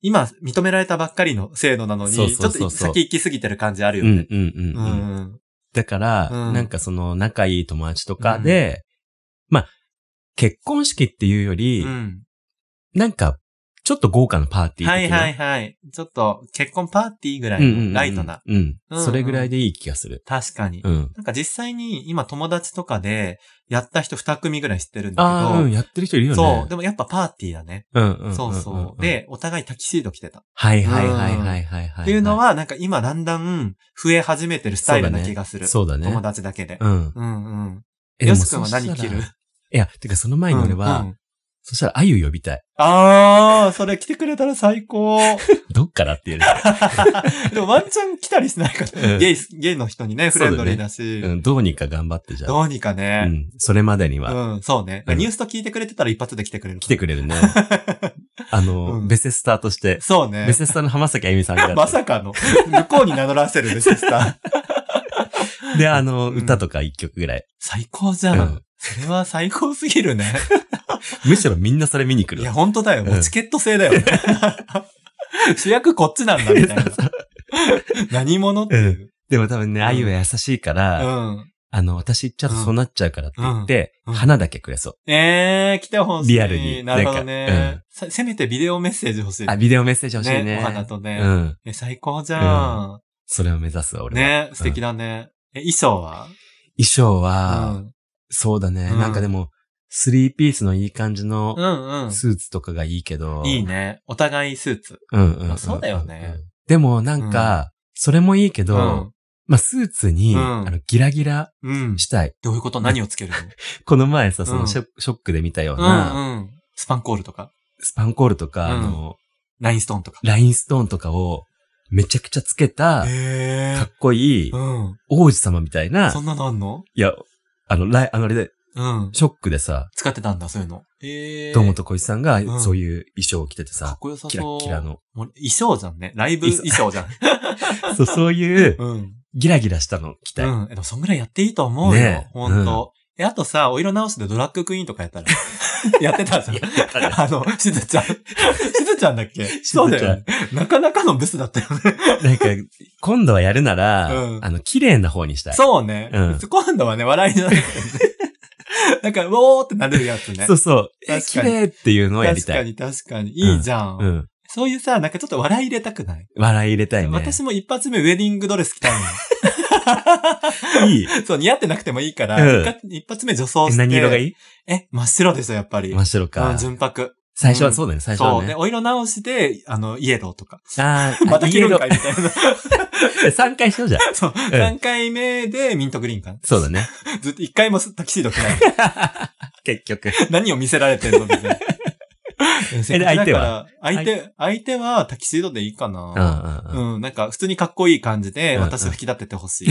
今認められたばっかりの制度なのに、そうそうそうそうちょっと先行き過ぎてる感じあるよね。 うんうんうんうん。うん、だから、うん、なんかその仲いい友達とかで、うん、まあ、結婚式っていうより、うん、なんか、ちょっと豪華なパーティー的な。 はいはいはい。ちょっと結婚パーティーぐらいのライトな。 うんうんうん。うんうん、それぐらいでいい気がする。 確かに。うん。なんか実際に今友達とかでやった人二組ぐらい知ってるんだけど。 ああ、うん、やってる人いるよね。 そう。でもやっぱパーティーだね。うんうんうんうんうん。そうそう。で、お互いタキシード着てた。 はいはいはいはいはいはい。 っていうのはなんか今だんだん増え始めてるスタイルな気がする。 そうだね。 友達だけで。 うん。 うんうん。よしくんは何着る？ いや、てかその前に俺は、うんうん、そしたらあゆ呼びたい。 あー、それ来てくれたら最高。 どっからっていうね。 でもワンチャン来たりしないから、うん、ゲイ、ゲイの人にね、フレンドリーだし。 うね、うん、どうにか頑張ってじゃあ。 どうにかね。 うん。それまでには。 うん、そうね。うん、ニュースと聞いてくれてたら一発で来てくれる。 来てくれるね。あの、うん、ベセスターとして。 そうね。 ベセスターの浜崎あゆみさんが。 まさかの。向こうに名乗らせるベセスター。で、あの、うん、歌とか一曲ぐらい。 最高じゃん。うん、それは最高すぎるね。 むしろみんなそれ見に来る。 いや、本当だよ。もうチケット制だよね。主役こっちなんだ、みたいな。何者っていう、うん。 でも多分ね、あゆは優しいから、うん、あの、私ちょっとそうなっちゃうからって言って、うんうん、花だけくれそう。 えー、来てほしい。 リアルに。 なるほどね、うん。せめてビデオメッセージ欲しい。 あ、ビデオメッセージ欲しいね。 ねお花とね。 うん。 え、最高じゃん。うん、 それを目指すわ、俺は。ね、素敵だね。え、衣装は衣装は、うん、そうだね、うん。なんかでも、スリーピースのいい感じのスーツとかがいいけど。 うんうん、いいね。お互いスーツ。 うんうん、うん。 そうだよね。 でもなんか、うん、それもいいけど、うん、まあ、スーツに、うん、あの、ギラギラしたい。うん、 どういうこと？何をつけるの？ この前さ、そのショ、うん、ショックで見たような、 うんうん、スパンコールとか。 スパンコールとか、あの、 ラインストーンとか。 ラインストーンとかをめちゃくちゃつけた、かっこいい、王子様みたいな。 そんなのあんの？ いや、あの、ライ、あの、あれで、うん。ショックでさ。 使ってたんだ、そういうの。 えー。堂本光一さんが、そういう衣装を着ててさ。 かっこよさそう。 キラッキラの。 衣装じゃんね。ライブ衣装じゃん。 そう、そういう、うん、ギラギラしたの着たい。 うん。でも、そんぐらいやっていいと思うよ。ね、ほんと。うん、え、あとさ、お色直しでドラッグクイーンとかやったら。やってたじゃん。あの、しずちゃん。しずちゃんだっけ？そうだよね。なかなかのブスだったよね。 なんか、今度はやるなら、うん、あの、綺麗な方にしたい。 そうね。うん、今度はね、笑いじゃなくてね。なんか、ウォーってなれるやつね。 そうそう。え、綺麗っていうのをやりたい。確かに確かに。いいじゃん。うん。うん、そういうさ、なんかちょっと笑い入れたくない？ 笑い入れたいね。 私も一発目ウェディングドレス着たいの。いい。 そう、似合ってなくてもいいから、うん、一発目女装して。 何色がいい？ え、真っ白ですよ、やっぱり。 真っ白か。 うん、純白。 最初はそうだよね、最初はね。 そう。で、お色直しで、あの、イエローとか。 ああ、 また着るんかいみたいな。 さんかいしようじゃん。 そう。うん、さんかいめでミントグリーンか。 そうだね。 ずっといっかいもタキシード着ない。 結局。 何を見せられてるのみたいな。 え、で、相手は相手、相手はタキシードでいいかな。うん、うん。なんか、普通にかっこいい感じで、私を引き立ててほしい。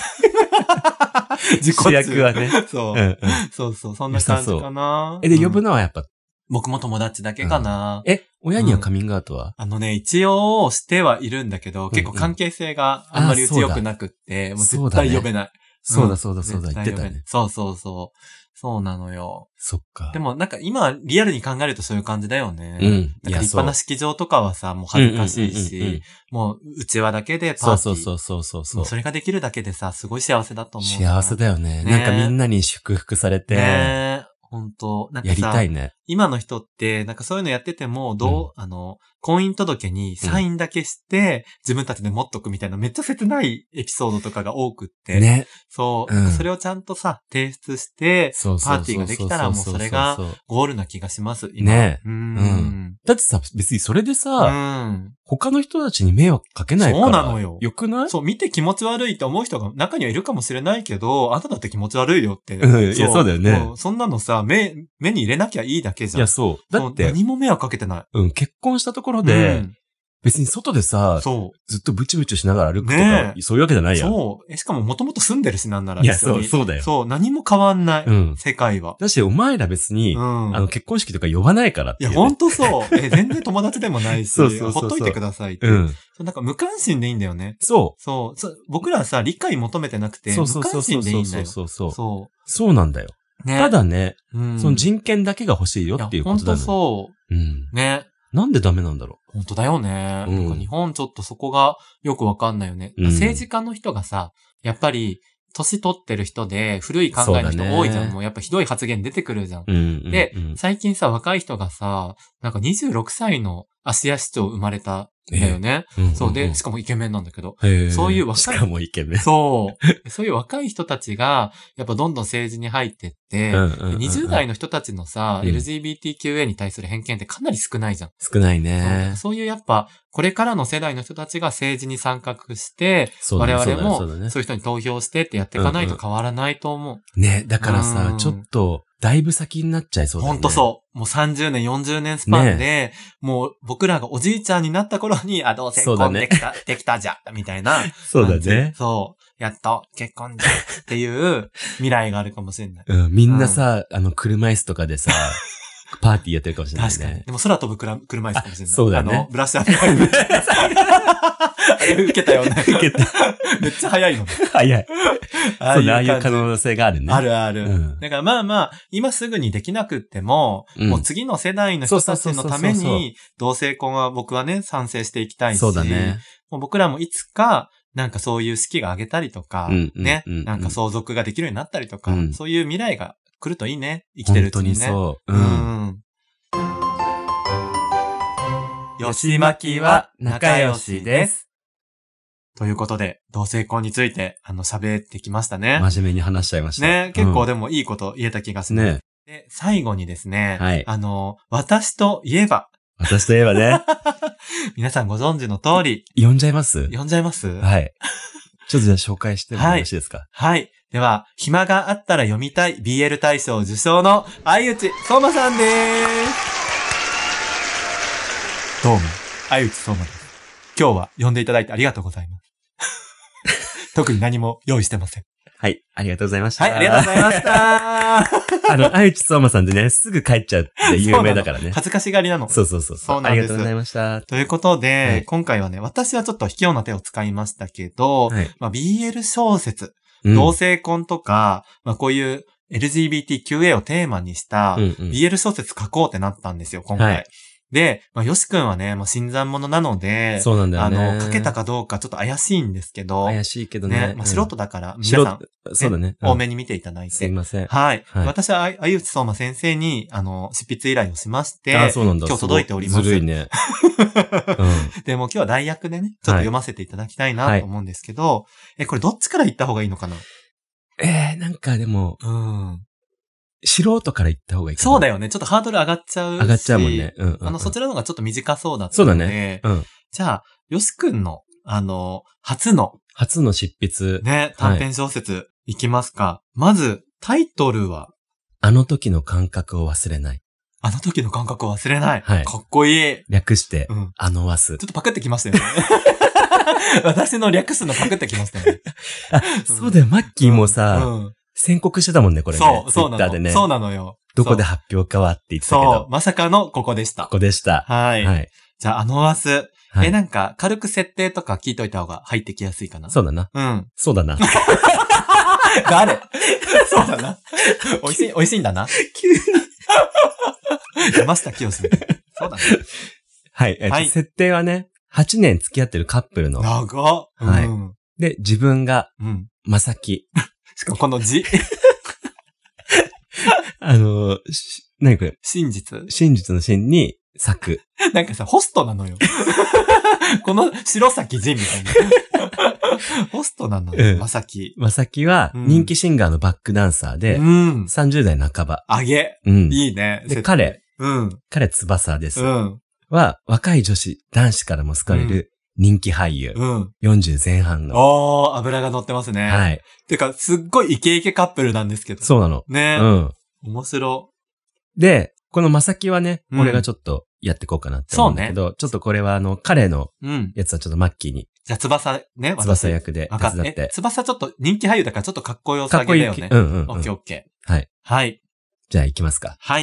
自己主役はね。 そう。うんうん、そうそう、そんな感じかな。 え、で、呼ぶのはやっぱ、 僕も友達だけかな。 うん、え、親にはカミングアウトは、 うん、あのね、一応してはいるんだけど、結構関係性があんまりうち良くなくって、もう絶対呼べない。 そうだそうだそうだ、言ってたね。 そうそうそう。そうなのよ。 そっか。 でもなんか今リアルに考えるとそういう感じだよね。うん。なんか立派な式場とかはさ、もう恥ずかしいし、もう内輪だけでパーティー。 そうそうそうそうそう。 それができるだけでさ、すごい幸せだと思う。 幸せだよね。ね、なんかみんなに祝福されて。 ね本当なんかさ、 やりたいね。 今の人って、なんかそういうのやってても、どう、うん、あの、婚姻届にサインだけして、うん、自分たちで持っとくみたいなめっちゃ切ないエピソードとかが多くって。ね。そう。うん、それをちゃんとさ、提出して、パーティーができたらもうそれがゴールな気がします、今。 ね。うん。うん。だってさ、別にそれでさ、うん、他の人たちに迷惑かけないから。 そうなのよ。 よくない？ そう、見て気持ち悪いって思う人が中にはいるかもしれないけど、あんただって気持ち悪いよって。 うん、いや、そうだよね。 そんなのさ、目、目に入れなきゃいいだけじゃん。 いや、そう。だって。 何も迷惑かけてない。 うん、結婚したところで、うん、別に外でさ、そう。ずっとブチブチしながら歩くとか、ね、そういうわけじゃないやん。 そう。え、しかももともと住んでるしなんなら。 いや、そう、そうだよ。 そう、何も変わんない。うん。世界は。 だし、お前ら別に、うん、あの、結婚式とか呼ばないからってい、 ね。いや、ほんとそう。え、全然友達でもないし、そうそうそうそうほっといてくださいって。うん。そうなんか無関心でいいんだよね。そう。そう。そう。僕らさ、理解求めてなくて、無関心でいいんだよ。そうそうそう。そう。 そうなんだよ。ね。ただね、うん、その人権だけが欲しいよっていうことだね。 ほんとそう。うん。ね。 なんでダメなんだろう。本当だよね。 うん、 なんか日本ちょっとそこがよくわかんないよね。うん、政治家の人がさ、やっぱり、年取ってる人で古い考えの人多いじゃん。もうやっぱひどい発言出てくるじゃん。 うんうんうん、 で、最近さ、若い人がさ、なんかにじゅうろくさいの芦屋市長生まれたんだよね。えーうんうんうん、そうで、しかもイケメンなんだけど。そういう若い。 しかもイケメン。 そう。そういう若い人たちが、やっぱどんどん政治に入ってって、うんうんうんうん、にじゅう代の人たちのさ、うん、エルジービーティーキューエー に対する偏見ってかなり少ないじゃん。 少ないね。 そう、そういうやっぱ、これからの世代の人たちが政治に参画して、我々もそういう人に投票してってやっていかないと変わらないと思う。 うんうん、ね、だからさ、うん、ちょっと、だいぶ先になっちゃいそうだね。 ほんとそう。もうさんじゅうねん、よんじゅうねんスパンで、ね、もう僕らがおじいちゃんになった頃に、あ、どうせ結婚できた、ね、できたじゃ、みたいな。 そうだね。 そう。やっと結婚じゃっていう未来があるかもしれない。 うん、みんなさ、うん、あの、車椅子とかでさ、パーティーやってるかもしれないね。 確かに。でも空飛ぶ車椅子かもしれない。 そうだね。 あの、ブラッシュアップライブ。あれ受けたよね。受けた。めっちゃ早いの。 早い。そうね、ああいう可能性があるね。 あるある。うん、だからまあまあ、今すぐにできなくっても、うん、もう次の世代の人たちのために、同性婚は僕はね、賛成していきたいし。 そうだね。 もう僕らもいつか、なんかそういう式が挙げたりとか、うんうん、ね、うんうん、なんか相続ができるようになったりとか、うん、そういう未来が来るといいね。生きてるうちにね。 本当にそう。うん。うんよしまきは仲良しです。ということで、同性婚について、あの、喋ってきましたね。 真面目に話しちゃいました。 ね、結構でもいいこと言えた気がする。ね。で、最後にですね、はい、あの、私といえば。 私といえばね。 皆さんご存知の通り。 呼んじゃいます呼んじゃいますはい。ちょっとじゃあ紹介してもよろしいですか、 はい、はい。では、暇があったら読みたい ビーエル 大賞受賞の相内相馬さんでーす。どうも、相内相馬です。今日は呼んでいただいてありがとうございます。特に何も用意してません。 はい、ありがとうございました。 はい、ありがとうございました。 あの、相内相馬さんでね、すぐ帰っちゃうって有名だからね。 恥ずかしがりなの。 そうそうそう。 そうなんです。 ありがとうございました。 ということで、はい、今回はね、私はちょっと卑怯な手を使いましたけど、はい、まあ、ビーエル 小説、うん、同性婚とか、まあ、こういう エルジービーティーキューエー をテーマにした ビーエル 小説書こうってなったんですよ、今回。はい、で、まあ、よしくんはね、まあ、新参者なので、 そうなんだよね。 あの、書けたかどうかちょっと怪しいんですけど、 怪しいけどね。ね、 まあ、素人だから、うん、皆さん、ね、 そうだね、 うん。多めに見ていただいて。 すいません。 はい。はい、私は、相内相馬先生に、あの、執筆依頼をしまして、 あ、そうなんだ。 今日届いております。 ずるいね。 うん、でも今日は代役でね、ちょっと読ませていただきたいなと思うんですけど、はい、え、これどっちから言った方がいいのかな？ えー、なんかでも、うん。素人から言った方がいいかな。 そうだよね。ちょっとハードル上がっちゃうし。 上がっちゃうもんね。うんうんうん、 あの、そちらの方がちょっと短そうだったので。 そうだね。うん。 じゃあ、よしくんの、あの、初の。 初の執筆。 ね、短編小説、はい、いきますか。まず、タイトルはあの時の感覚を忘れない。 あの時の感覚を忘れない。はい。かっこいい。 略して、うん、あのわす。 ちょっとパクってきましたよね。私の略すのパクってきましたよね。 あ、そうだよ。マッキーもさ、うんうん、宣告してたもんね、これね。 そう、そうなの。でね、そうなのよ。 どこで発表かはって言ってたけど。そう、 まさかのここでした。 ここでした。 はい。はい、じゃあ、あのわす。はい、え、なんか、軽く設定とか聞いといた方が入ってきやすいかな。 そうだな。 うん。 そうだな。 誰そうだな。美味しい、美味しいんだな。 急に。 山下清みたいな。そうだね。 はい。はい、設定はね、はちねん付き合ってるカップルの。 長っ。 はい。うん、で、自分が、うん。まさき。 しかもこの字。 あの、し、なにこれ真実真実の真に、咲く。 なんかさ、ホストなのよ。この白崎仁みたいな。ホストなのよ、うん、まさき。 まさきは、人気シンガーのバックダンサーで、うん、さんじゅう代半ば。 あげ。うん。いいね。 で、彼、うん。彼翼です。うん。は、若い女子、男子からも好かれる人気俳優。うん。よんじゅう前半の。 おー、油が乗ってますね。はい。てか、すっごいイケイケカップルなんですけど。 そうなの。 ね。うん。面白。 で、このまさきはね、うん、俺がちょっとやっていこうかなって思うんだけど、ね、ちょっとこれはあの、彼のやつはちょっとマッキーに。 じゃあ、翼ね。 翼役で手伝って。 翼ちょっと人気俳優だからちょっとかっこよさげだよね。 うんうん、うん。 オッケーオッケー。はい。 はい。 じゃあ行きますか。 はい。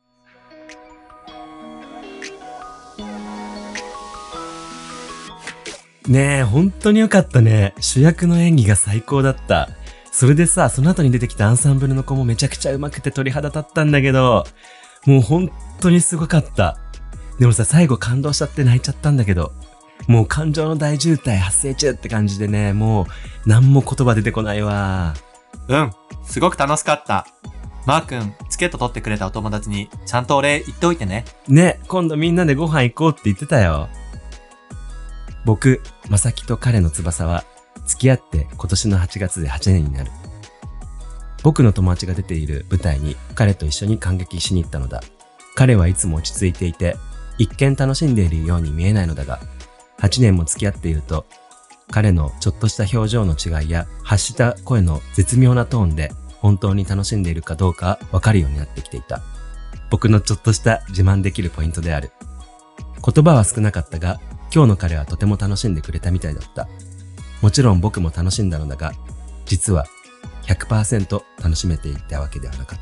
ねえ、本当によかったね。主役の演技が最高だった。それでさ、その後に出てきたアンサンブルの子もめちゃくちゃ上手くて鳥肌立ったんだけど、もう本当にすごかった。 でもさ、最後感動しちゃって泣いちゃったんだけど、もう感情の大渋滞発生中って感じでね、もう何も言葉出てこないわ。 うん、すごく楽しかった。マー君、チケット取ってくれたお友達にちゃんとお礼言っておいてね。 ね、今度みんなでご飯行こうって言ってたよ。僕、まさきと彼の翼は付き合って今年のはちがつではちねんになる。僕の友達が出ている舞台に彼と一緒に感激しに行ったのだ。彼はいつも落ち着いていて、一見楽しんでいるように見えないのだが、はちねんも付き合っていると、彼のちょっとした表情の違いや発した声の絶妙なトーンで本当に楽しんでいるかどうかわかるようになってきていた。僕のちょっとした自慢できるポイントである。言葉は少なかったが、今日の彼はとても楽しんでくれたみたいだった。もちろん僕も楽しんだのだが、実は ひゃくパーセント 楽しめていたわけではなかった。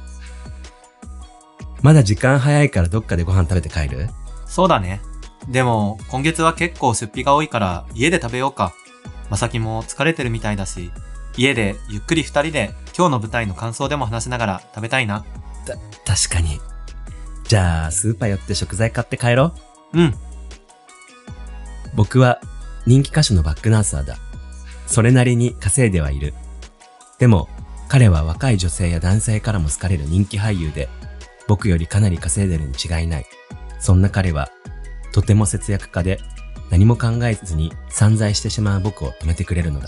まだ時間早いからどっかでご飯食べて帰る？ そうだね。でも、今月は結構出費が多いから家で食べようか。まさきも疲れてるみたいだし、家でゆっくり二人で今日の舞台の感想でも話しながら食べたいな。 た、確かに。じゃあ、スーパー寄って食材買って帰ろう。うん。 僕は人気歌手のバックダンサーだ。それなりに稼いではいる。でも、彼は若い女性や男性からも好かれる人気俳優で、僕よりかなり稼いでるに違いない。そんな彼は、とても節約家で、何も考えずに散財してしまう僕を止めてくれるのだ。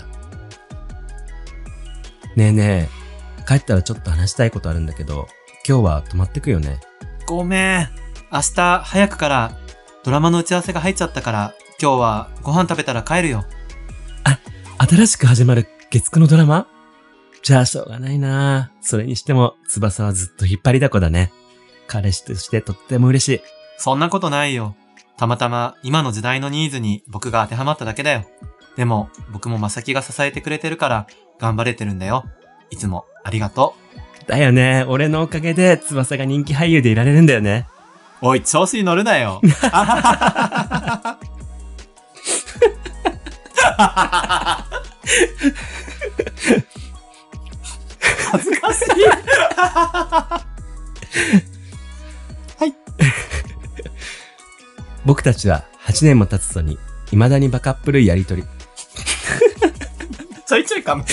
ねえねえ、帰ったらちょっと話したいことあるんだけど、今日は泊まってくよね。 ごめん。明日早くからドラマの打ち合わせが入っちゃったから、今日はご飯食べたら帰るよ。 あ、新しく始まる月くのドラマ？じゃあしょうがないな。それにしても翼はずっと引っ張りだこだね。彼氏としてとっても嬉しい。 そんなことないよ。たまたま今の時代のニーズに僕が当てはまっただけだよ。でも僕もまさきが支えてくれてるから頑張れてるんだよ。いつもありがとう。だよね。俺のおかげで翼が人気俳優でいられるんだよね。 おい、調子に乗るなよ。恥ずかしい。はい。 僕たちははちねんも経つとに、未だにバカっぷるいやりとり。 ちょいちょい噛むよ。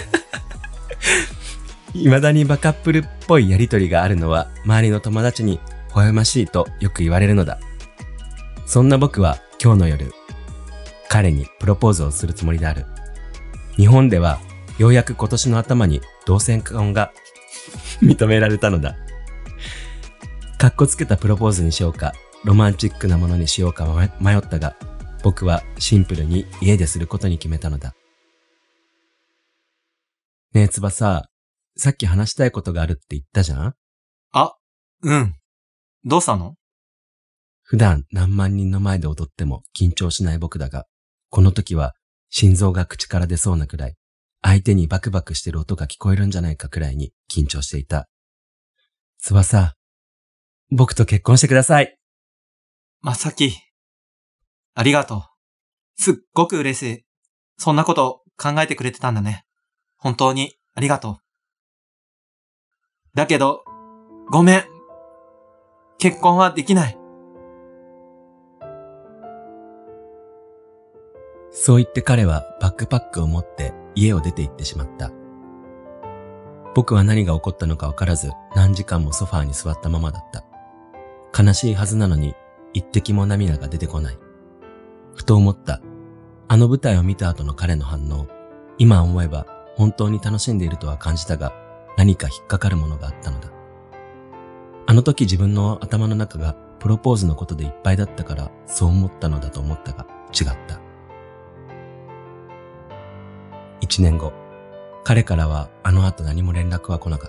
未だにバカップルっぽいやりとりがあるのは、周りの友達に微笑ましいとよく言われるのだ。そんな僕は今日の夜、彼にプロポーズをするつもりである。日本ではようやく今年の頭に同性婚が認められたのだ。かっこつけたプロポーズにしようか、ロマンチックなものにしようか迷ったが、僕はシンプルに家ですることに決めたのだ。ねえ翼、さっき話したいことがあるって言ったじゃん？ あ、うん。どうしたの？ 普段何万人の前で踊っても緊張しない僕だが、この時は心臓が口から出そうなくらい、相手にバクバクしてる音が聞こえるんじゃないかくらいに緊張していた。翼、僕と結婚してください。 まさき、ありがとう。すっごく嬉しい。そんなこと考えてくれてたんだね。本当にありがとう。だけど、ごめん。結婚はできない。 そう言って彼はバックパックを持って家を出て行ってしまった。僕は何が起こったのか分からず何時間もソファーに座ったままだった。悲しいはずなのに一滴も涙が出てこない。ふと思った。あの舞台を見た後の彼の反応。今思えば本当に楽しんでいるとは感じたが、何か引っかかるものがあったのだ。あの時自分の頭の中がプロポーズのことでいっぱいだったからそう思ったのだと思ったが違った。一年後、彼からはあの後何も連絡は来なかった。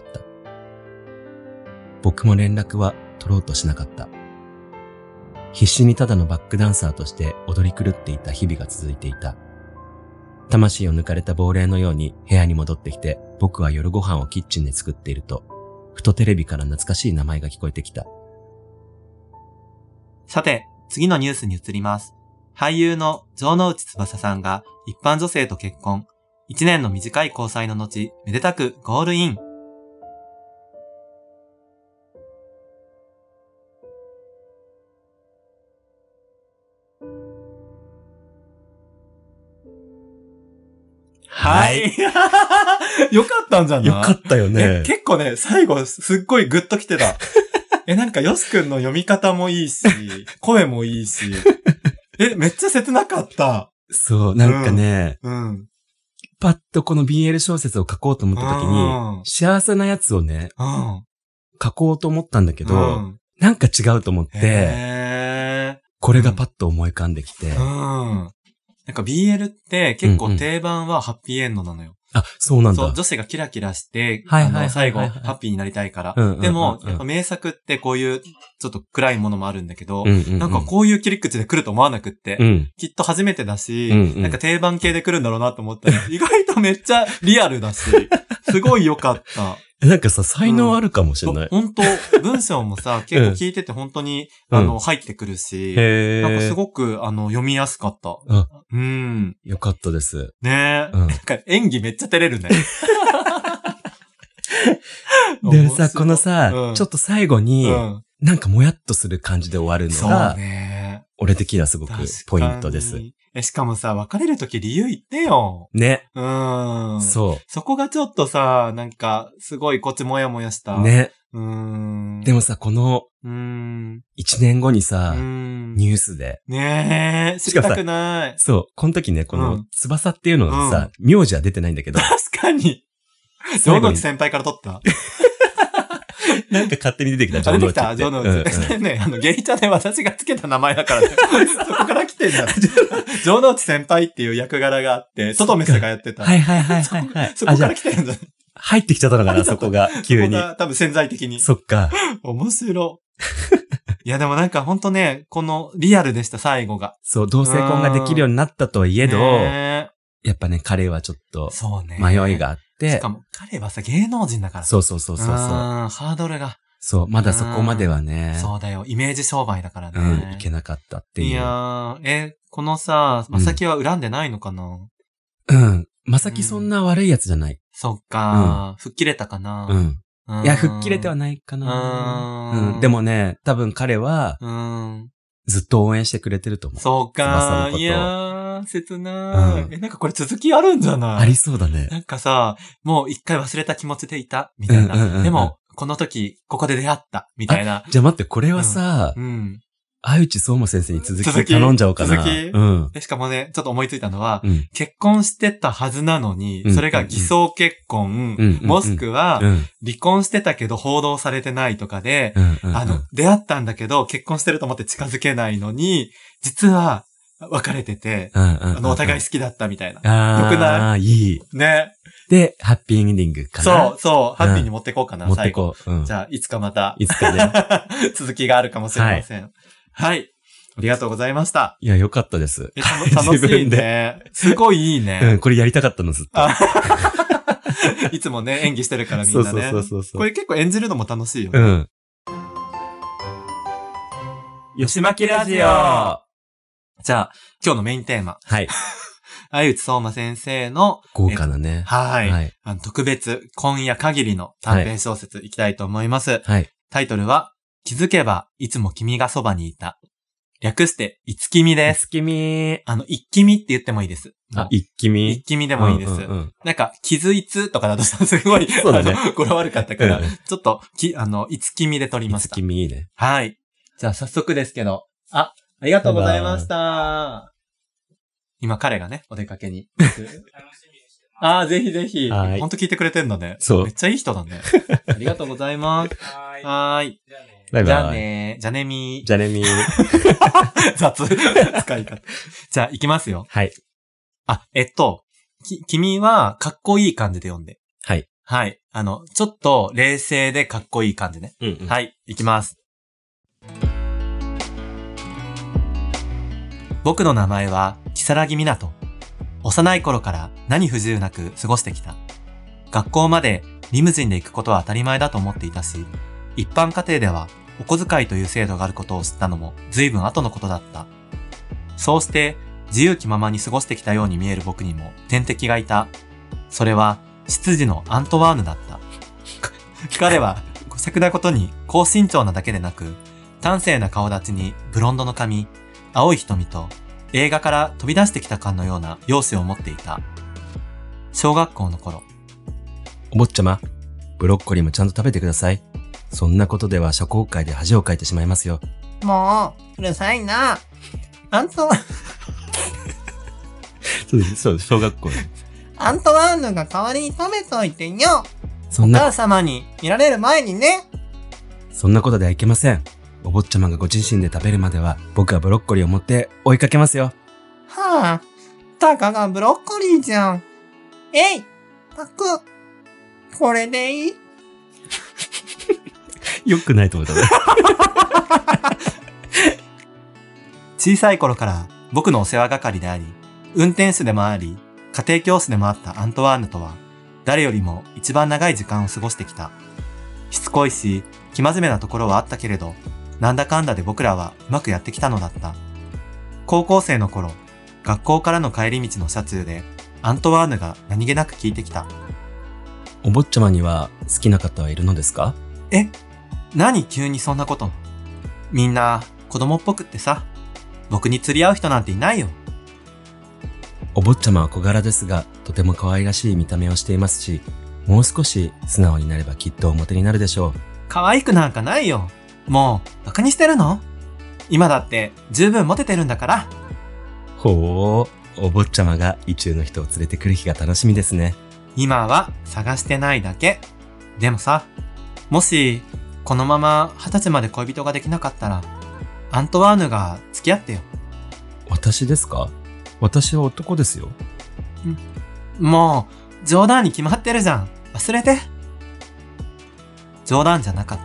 僕も連絡は取ろうとしなかった。必死にただのバックダンサーとして踊り狂っていた日々が続いていた。魂を抜かれた亡霊のように部屋に戻ってきて、僕は夜ご飯をキッチンで作っていると、ふとテレビから懐かしい名前が聞こえてきた。 さて、次のニュースに移ります。俳優の城之内翼さんが一般女性と結婚。一年の短い交際の後、めでたくゴールイン。 はい。よかったんじゃない？ よかったよね。 結構ね、最後すっごいグッときてた。え、なんかヨシくんの読み方もいいし、声もいいし。え、めっちゃ切なかった。 そう、なんかね、 うん。うん、 パッとこの ビーエル 小説を書こうと思った時に、幸せなやつをね、うん、書こうと思ったんだけど、うん、なんか違うと思って、これがパッと思い浮かんできて。うん。 なんか ビーエル って結構定番はハッピーエンドなのよ。 あ、そうなんだ。そう、 女子がキラキラして、 はいはいはいはい、あの、 最後、ハッピーになりたいから。うんうんうんうん、でも、やっぱ名作ってこういう、ちょっと暗いものもあるんだけど、うんうんうん、なんかこういう切り口で来ると思わなくって、うん、きっと初めてだし、うんうん、なんか定番系で来るんだろうなと思ったら、意外とめっちゃリアルだし、すごい良かった。 なんかさ、才能あるかもしれない。 うん、本当文章もさ、結構聞いてて本当に、うん、あの、入ってくるし、うん、なんかすごく、あの、読みやすかった。 うん。うん。よかったです。 ねえ。うん、なんか演技めっちゃ照れるね。 でさ、このさ、うん、ちょっと最後に、うん、なんかもやっとする感じで終わるのが、そうね、俺的にはすごくポイントです。 え、しかもさ、別れるとき理由言ってよ。 ね。 うん。 そう。 そこがちょっとさ、なんか、すごいこっちもやもやした。 ね。 うん。 でもさ、この、うん。一年後にさ、うん、ニュースで。 ねえ、知りたくない。 そう。この時ね、この、翼っていうのがさ、うん、名字は出てないんだけど。 確かに。城之内先輩から取ったなんか勝手に出てきた、 城之内。出てきた、城之内。うんうん、ね、あの、ゲイチャで私がつけた名前だからね。そこから来てんじゃん。城之内先輩っていう役柄があって、トトメスがやってた。 はいはいはいはい、はい。 そこから来てるんじゃん。 入ってきちゃったのかな、そこが、急に。そこが多分潜在的に。 そっか。 面白。いやでもなんかほんとね、このリアルでした、最後が。 そう、同性婚ができるようになったとはいえど、やっぱね、彼はちょっと、迷いがあって。 しかも彼はさ、芸能人だから。 そうそうそうそうそう。 ハードルが。 そう、まだそこまではね。 そうだよ、イメージ商売だからね。 うん、いけなかったっていう。 いやー、え、このさ、まさきは恨んでないのかな？ うん。まさきそんな悪いやつじゃない。 そっかー、吹っ切れたかな？ うん。いや、吹っ切れてはないかな。うん。でもね、多分彼は、ずっと応援してくれてると思う。 そうか。いやー、切なー、うん。え、なんかこれ続きあるんじゃない？ ありそうだね。 なんかさ、もう一回忘れた気持ちでいた、みたいな。うんうんうんうん、でも、この時、ここで出会った、みたいな。 じゃあ待って、これはさ、うん。うん相内相馬先生に続き頼んじゃおうかな。 続き、うん、でしかもね、ちょっと思いついたのは、うん、結婚してたはずなのに、うん、それが偽装結婚、うん、もしくは、うん、離婚してたけど報道されてないとかで、うん、あの、出会ったんだけど、結婚してると思って近づけないのに、実は別れてて、うん、あの、お互い好きだったみたいな。 あよくないああ、いい。 ね。 で、ハッピーエンディングかな。 そう、そう、ハッピーに持ってこうかな、 うん、最後。持ってこう。うん、 じゃあ、いつかまた。 いつかね。 続きがあるかもしれません。はい。はいありがとうございました。 いや、よかったです。 え楽しいね。すごいいいね。 うん、これやりたかったの、ずっと。いつもね、演技してるからみんなね。 そうそうそうそう。 これ結構演じるのも楽しいよね。 うん。 吉巻ラジオ。じゃあ、今日のメインテーマ。 はい。 相内相馬先生の豪華なね。 はい。はい、あの特別、今夜限りの短編小説いきたいと思います。 はい。 タイトルは、気づけばいつも君がそばにいた。略して、いつきみです。 いつきみ。 あの、いっきみって言ってもいいです。 あ、いっきみ。 いっきみでもいいです。うんうんうん、なんか、気づいつとかだとすごい、 そうだね。 語呂悪かったから、ちょっと、き、あの、いつきみで撮りました。 いつきみね。 はい。じゃあ、早速ですけど。あ、ありがとうございました。今、彼がね、お出かけに。楽しみにしてます。ああ、ぜひぜひ。ほんと聞いてくれてんだね。 そう。 めっちゃいい人だね。ありがとうございます。 はい。 はい。 じゃあね。 バイバイ。 じゃあねじゃねみじゃねみ雑使い方。じゃあ、行きますよ。 はい。 あ、えっと、き、君は、かっこいい感じで読んで。 はい。 はい。あの、ちょっと、冷静でかっこいい感じね。 うんうん、 はい。行きます。僕の名前は、木更木湊。幼い頃から何不自由なく過ごしてきた。学校までリムジンで行くことは当たり前だと思っていたし、一般家庭ではお小遣いという制度があることを知ったのも随分後のことだった。そうして自由気ままに過ごしてきたように見える僕にも天敵がいた。それは執事のアントワーヌだった。彼は姑息なことに高身長なだけでなく、端正な顔立ちにブロンドの髪、青い瞳と映画から飛び出してきたかのような容姿を持っていた。 小学校の頃。 お坊ちゃま、ブロッコリーもちゃんと食べてください。そんなことでは社交界で恥をかいてしまいますよ。 もう、うるさいな。アントワ、 そうです、そうです、小学校。 アントワーヌが代わりに食べといてよ。 そんな、 お母様に見られる前にね。 そんなことではいけません。お坊ちゃまがご自身で食べるまでは、僕はブロッコリーを持って追いかけますよ。 はあ、たかがブロッコリーじゃん。えい、パク。これでいい？ よくないと思ったね。 小さい頃から僕のお世話係であり、運転手でもあり、家庭教師でもあったアントワーヌとは、誰よりも一番長い時間を過ごしてきた。しつこいし、生真面目なところはあったけれど、なんだかんだで僕らはうまくやってきたのだった。高校生の頃、学校からの帰り道の車中で、アントワーヌが何気なく聞いてきた。 お坊ちゃまには好きな方はいるのですか？ え？何急にそんなこと？みんな子供っぽくってさ、僕に釣り合う人なんていないよ。 お坊ちゃまは小柄ですが、とても可愛らしい見た目をしていますし、もう少し素直になればきっと表になるでしょう。 可愛くなんかないよ。もう、馬鹿にしてるの？今だって十分モテてるんだから。 ほう、お坊ちゃまが意中の人を連れてくる日が楽しみですね。 今は探してないだけ。でもさ、もし、このまま二十歳まで恋人ができなかったら、アントワーヌが付き合ってよ。 私ですか？私は男ですよ。 もう、冗談に決まってるじゃん。忘れて。冗談じゃなかった。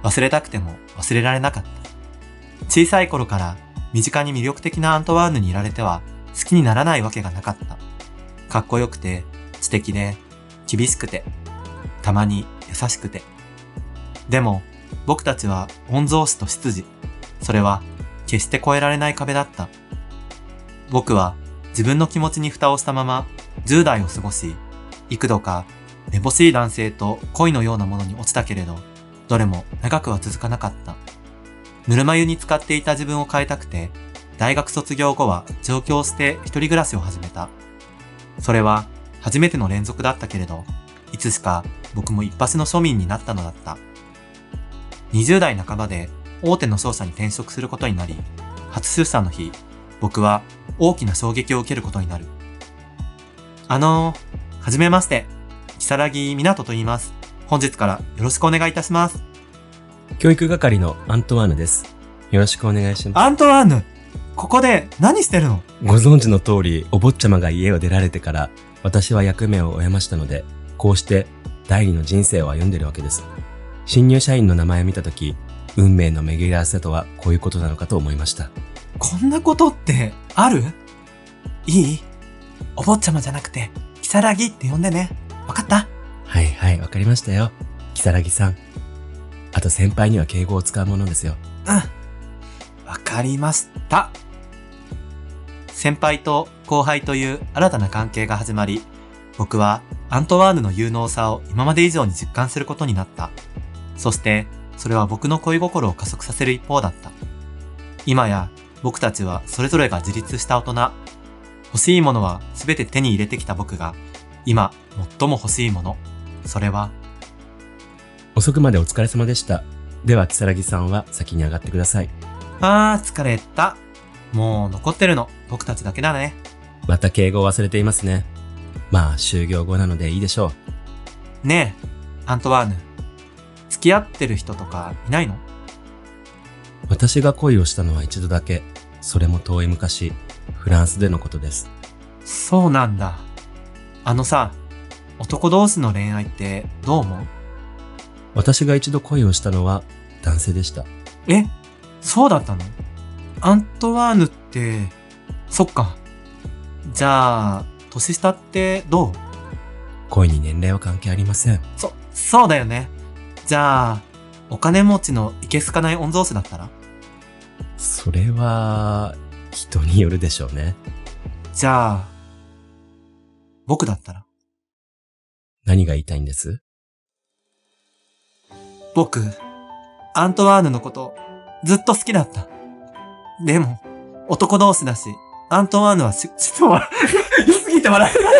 忘れたくても忘れられなかった。小さい頃から身近に魅力的なアントワーヌにいられては好きにならないわけがなかった。かっこよくて、知的で、厳しくて、たまに優しくて。でも、僕たちは御曹司と執事。それは決して越えられない壁だった。僕は自分の気持ちに蓋をしたままじゅう代を過ごし、幾度かめぼしい男性と恋のようなものに落ちたけれど、どれも長くは続かなかった。ぬるま湯に浸かっていた自分を変えたくて、大学卒業後は上京して一人暮らしを始めた。それは初めての連続だったけれど、いつしか僕も一発の庶民になったのだった。にじゅう代半ばで大手の商社に転職することになり、初出社の日、僕は大きな衝撃を受けることになる。あのー、はじめまして、如月湊と言います。本日からよろしくお願いいたします。 教育係のアントワーヌです。よろしくお願いします。 アントワーヌ、ここで何してるの？ ご存知の通り、お坊ちゃまが家を出られてから、私は役目を終えましたので、こうして第二の人生を歩んでいるわけです。新入社員の名前を見たとき、運命の巡り合わせとはこういうことなのかと思いました。 こんなことってある？いい？お坊ちゃまじゃなくて、如月って呼んでね。わかった？ はいはい、わかりましたよ。如月さん。あと先輩には敬語を使うものですよ。 うん。わかりました。先輩と後輩という新たな関係が始まり、僕はアントワーヌの有能さを今まで以上に実感することになった。そして、それは僕の恋心を加速させる一方だった。今や僕たちはそれぞれが自立した大人。欲しいものは全て手に入れてきた僕が、今最も欲しいもの。それは、 遅くまでお疲れ様でした。では、如月さんは先に上がってください。 あー、疲れた。もう残ってるの、僕たちだけだね。 また敬語を忘れていますね。まあ、就業後なのでいいでしょう。ねえ、アントワーヌ。付き合ってる人とかいないの？ 私が恋をしたのは一度だけ。それも遠い昔、フランスでのことです。 そうなんだ。あのさ、男同士の恋愛ってどう思う？ 私が一度恋をしたのは男性でした。 え？そうだったの？アントワーヌって、そっか。じゃあ、年下ってどう？ 恋に年齢は関係ありません。 そ、そうだよね。じゃあ、お金持ちのいけすかない御曹司だったら？ それは、人によるでしょうね。 じゃあ、僕だったら？ 何が言いたいんです？ 僕、アントワーヌのこと、ずっと好きだった。でも、男同士だし、 アントワーヌはし、ちょっと笑い、言いすぎて笑えなかった。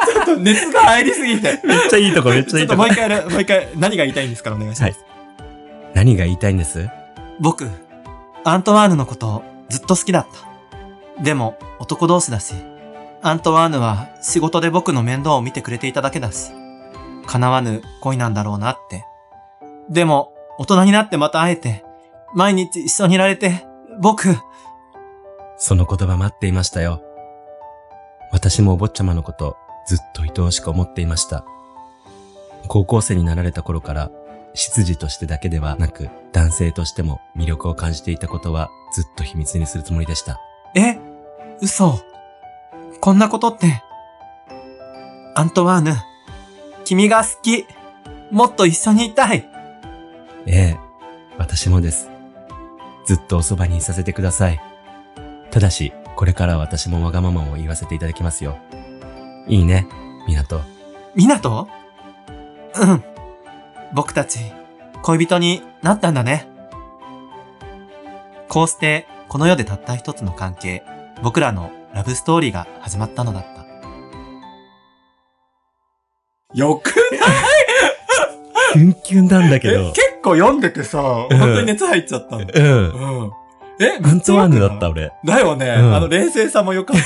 ちょっと熱が入りすぎて。 めっちゃいいとこ、めっちゃいいとこ。 ちょっともう一回やる、もう一回、何が言いたいんですからお願いします。はい。 何が言いたいんです？ 僕、アントワーヌのことずっと好きだった。でも、男同士だし、アントワーヌは仕事で僕の面倒を見てくれていただけだし、叶わぬ恋なんだろうなって。でも、大人になってまた会えて、毎日一緒にいられて、僕、 その言葉待っていましたよ。私もお坊ちゃまのことずっと愛おしく思っていました。高校生になられた頃から執事としてだけではなく男性としても魅力を感じていたことはずっと秘密にするつもりでした。 え？嘘。こんなことって。アントワーヌ、君が好き。もっと一緒にいたい。 ええ、私もです。ずっとおそばにいさせてください。ただし、これから私もわがままを言わせていただきますよ。いいね、ミナト。 ミナト？うん。僕たち、恋人になったんだね。こうして、この世でたった一つの関係、僕らのラブストーリーが始まったのだった。よくない？ キュンキュンなんだけど。 結構読んでてさ、本当に熱入っちゃったんだ。 うん。 うん。え、 アントワーヌだった俺。 だよね。うん、あの冷静さも良かった。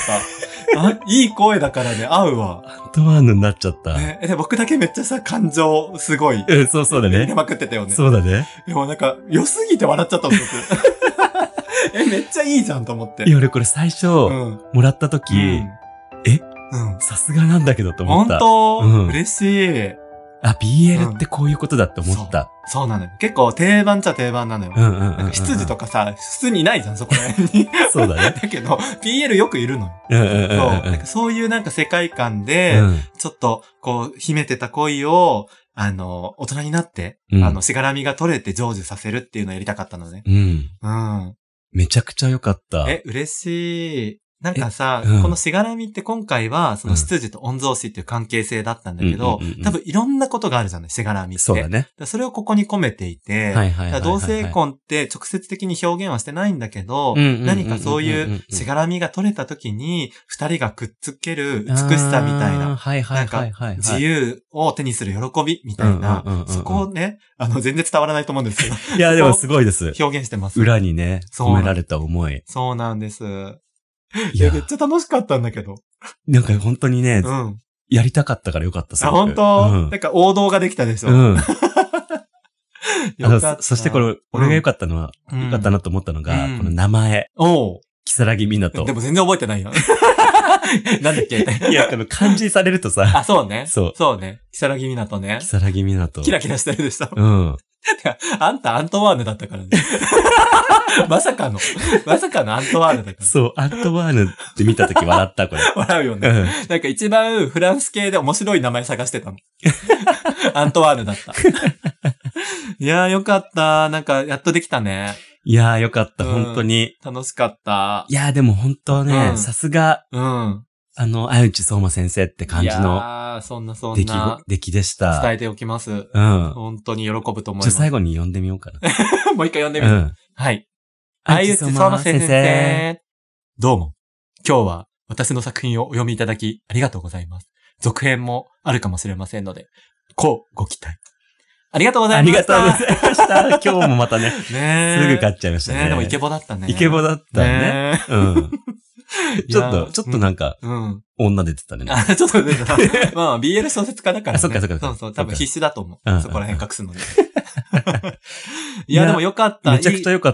あ、いい声だからね、合うわ。 アントワーヌになっちゃった。 え、で僕だけめっちゃさ、感情すごい。 うん、そうそうだね。 入れまくってたよね。 そうだね。 でもなんか、良すぎて笑っちゃったんですえ、めっちゃいいじゃんと思って。 いや、俺これ最初、うん、もらった時、うん、え、うん、さすがなんだけどと思った。 本当、うん、嬉しい。 あ、ビーエル ってこういうことだって思った。 うん、そう、そうなのよ。結構定番っちゃ定番なのよ。うんうんうん、うん。なんか執事とかさ、普通にいないじゃん、そこら辺に。 そうだね。 だけど、ビーエル よくいるのよ。うんうんうんうん、そう。なんかそういうなんか世界観で、うん、ちょっと、こう、秘めてた恋を、あの、大人になって、うん、あの、しがらみが取れて成就させるっていうのをやりたかったのね。うん。うん。 めちゃくちゃ良かった。 え、嬉しい。なんかさ、うん、このしがらみって今回は、その執事と御曹司っていう関係性だったんだけど、うんうんうんうん、多分いろんなことがあるじゃない、しがらみって。 そうだね。 それをここに込めていて、はいはいはいはいはい、同性婚って直接的に表現はしてないんだけど、うんうんうんうんうん、何かそういうしがらみが取れた時に、二人がくっつける美しさみたいな、はいはいはいはい、なんか自由を手にする喜びみたいな、うんうんうんうん、そこをね、あの、全然伝わらないと思うんですけど。 いや、でもすごいです。 表現してます。 裏にね、込められた思い。 そうなんです。いや、めっちゃ楽しかったんだけど。 なんか本当にね、うん、やりたかったからよかったさ。あ、本当、うん、なんか王道ができたでしょ。うん。 あの、そしてこれ、俺が良かったのは、良、うん、かったなと思ったのが、うん、この名前。おう。キサラギミナト。 でも全然覚えてないよ。なんだっけいや、あの、漢字されるとさ。 あ、そうね。 そう。 そうね。キサラギミナトね。 キサラギミナト。 キラキラしてるでしょ。うん。あんたアントワーヌだったからね。まさかの、まさかのアントワーヌだから。 そう、アントワーヌって見たとき笑った、これ。 笑うよね、うん。なんか一番フランス系で面白い名前探してたの。アントワーヌだった。いやーよかった。なんかやっとできたね。 いやーよかった、うん、本当に。 楽しかった。 いやーでも本当ね、さすが、うん。あの、相内相馬先生って感じの。いやー、そんなそんな。 出来でした。 伝えておきます。うん。本当に喜ぶと思います。 じゃ最後に読んでみようかな。 もう一回読んでみよう。うん、はい。相内相馬先生。どうも。今日は私の作品をお読みいただきありがとうございます。続編もあるかもしれませんので、こうご期待。ありがとうございました。 ありがとうございました。今日もまたね。ねすぐ買っちゃいましたね。 ねでもイケボだったね。 イケボだったね。ねうん。ちょっと、ちょっとなんか、うん。女出てたね。 あ、ちょっと出てた。まあ、ビーエル 小説家だからね。 そっかそっか。 そうそう、多分必死だと思う。そこら辺隠すのに。いや、でもよかった。 めちゃくちゃよかった。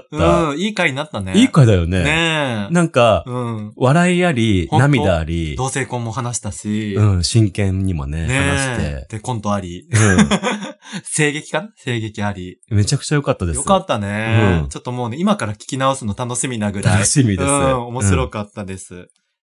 うん、いい回になったね。 いい回だよね。 ねえ。なんか、うん、笑いあり、涙あり。 同性婚も話したし。 うん、真剣にもね、話して。 で、コントあり。うん。声劇かな声劇あり。 めちゃくちゃよかったです。 よかったね。うん、ちょっともうね、今から聞き直すの楽しみなぐらい。 楽しみです。うん、 面白かったです。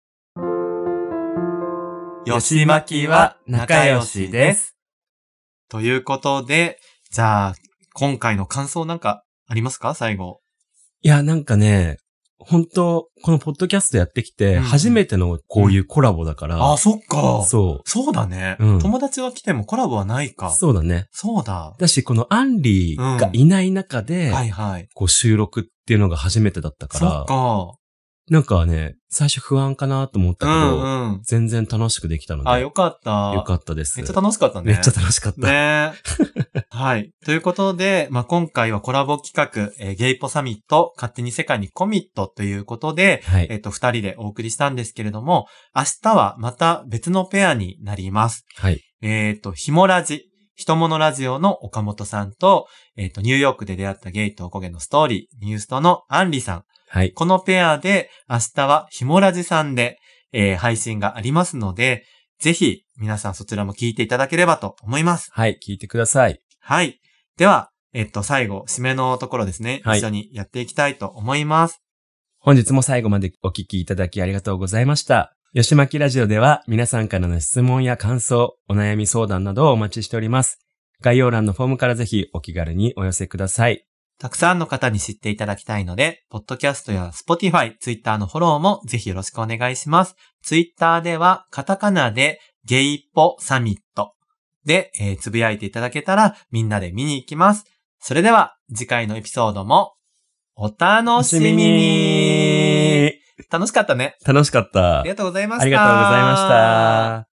よしまきは仲良しです。ということで、じゃあ、今回の感想なんかありますか最後。 いや、なんかね、本当このポッドキャストやってきて、初めてのこういうコラボだから。 うんうん、あ、そっか。 そう。 そうだね、うん。友達が来てもコラボはないか。 そうだね。 そうだ。 だし、このアンリーがいない中で、うん、はいはい。こう収録っていうのが初めてだったから。 そっか。 なんかね、最初不安かなと思ったけど、うんうん、全然楽しくできたので。 あ、よかった。 よかったです。 めっちゃ楽しかったね。 めっちゃ楽しかった。 ねはい。ということで、まあ、今回はコラボ企画、えー、ゲイポサミット、勝手に世界にコミットということで、はい、えっと、二人でお送りしたんですけれども、明日はまた別のペアになります。 はい。 えっと、ひもラジ。ひとものラジオの岡本さんと、えっと、ニューヨークで出会ったゲイとおこげのストーリー、ニューストのアンリさん。 はい。 このペアで、明日はひもラジさんで、えー、配信がありますので、ぜひ、皆さんそちらも聞いていただければと思います。 はい、聞いてください。 はい。では、えっと、最後、締めのところですね。はい、一緒にやっていきたいと思います。 本日も最後までお聞きいただきありがとうございました。吉巻ラジオでは皆さんからの質問や感想、お悩み相談などをお待ちしております。概要欄のフォームからぜひお気軽にお寄せください。 たくさんの方に知っていただきたいので、ポッドキャストやスポティファイ、ツイッターのフォローもぜひよろしくお願いします。ツイッターではカタカナでゲイポサミットで、えー、つぶやいていただけたらみんなで見に行きます。それでは次回のエピソードもお楽しみに。楽しかったね。 楽しかった。 ありがとうございました。 ありがとうございました。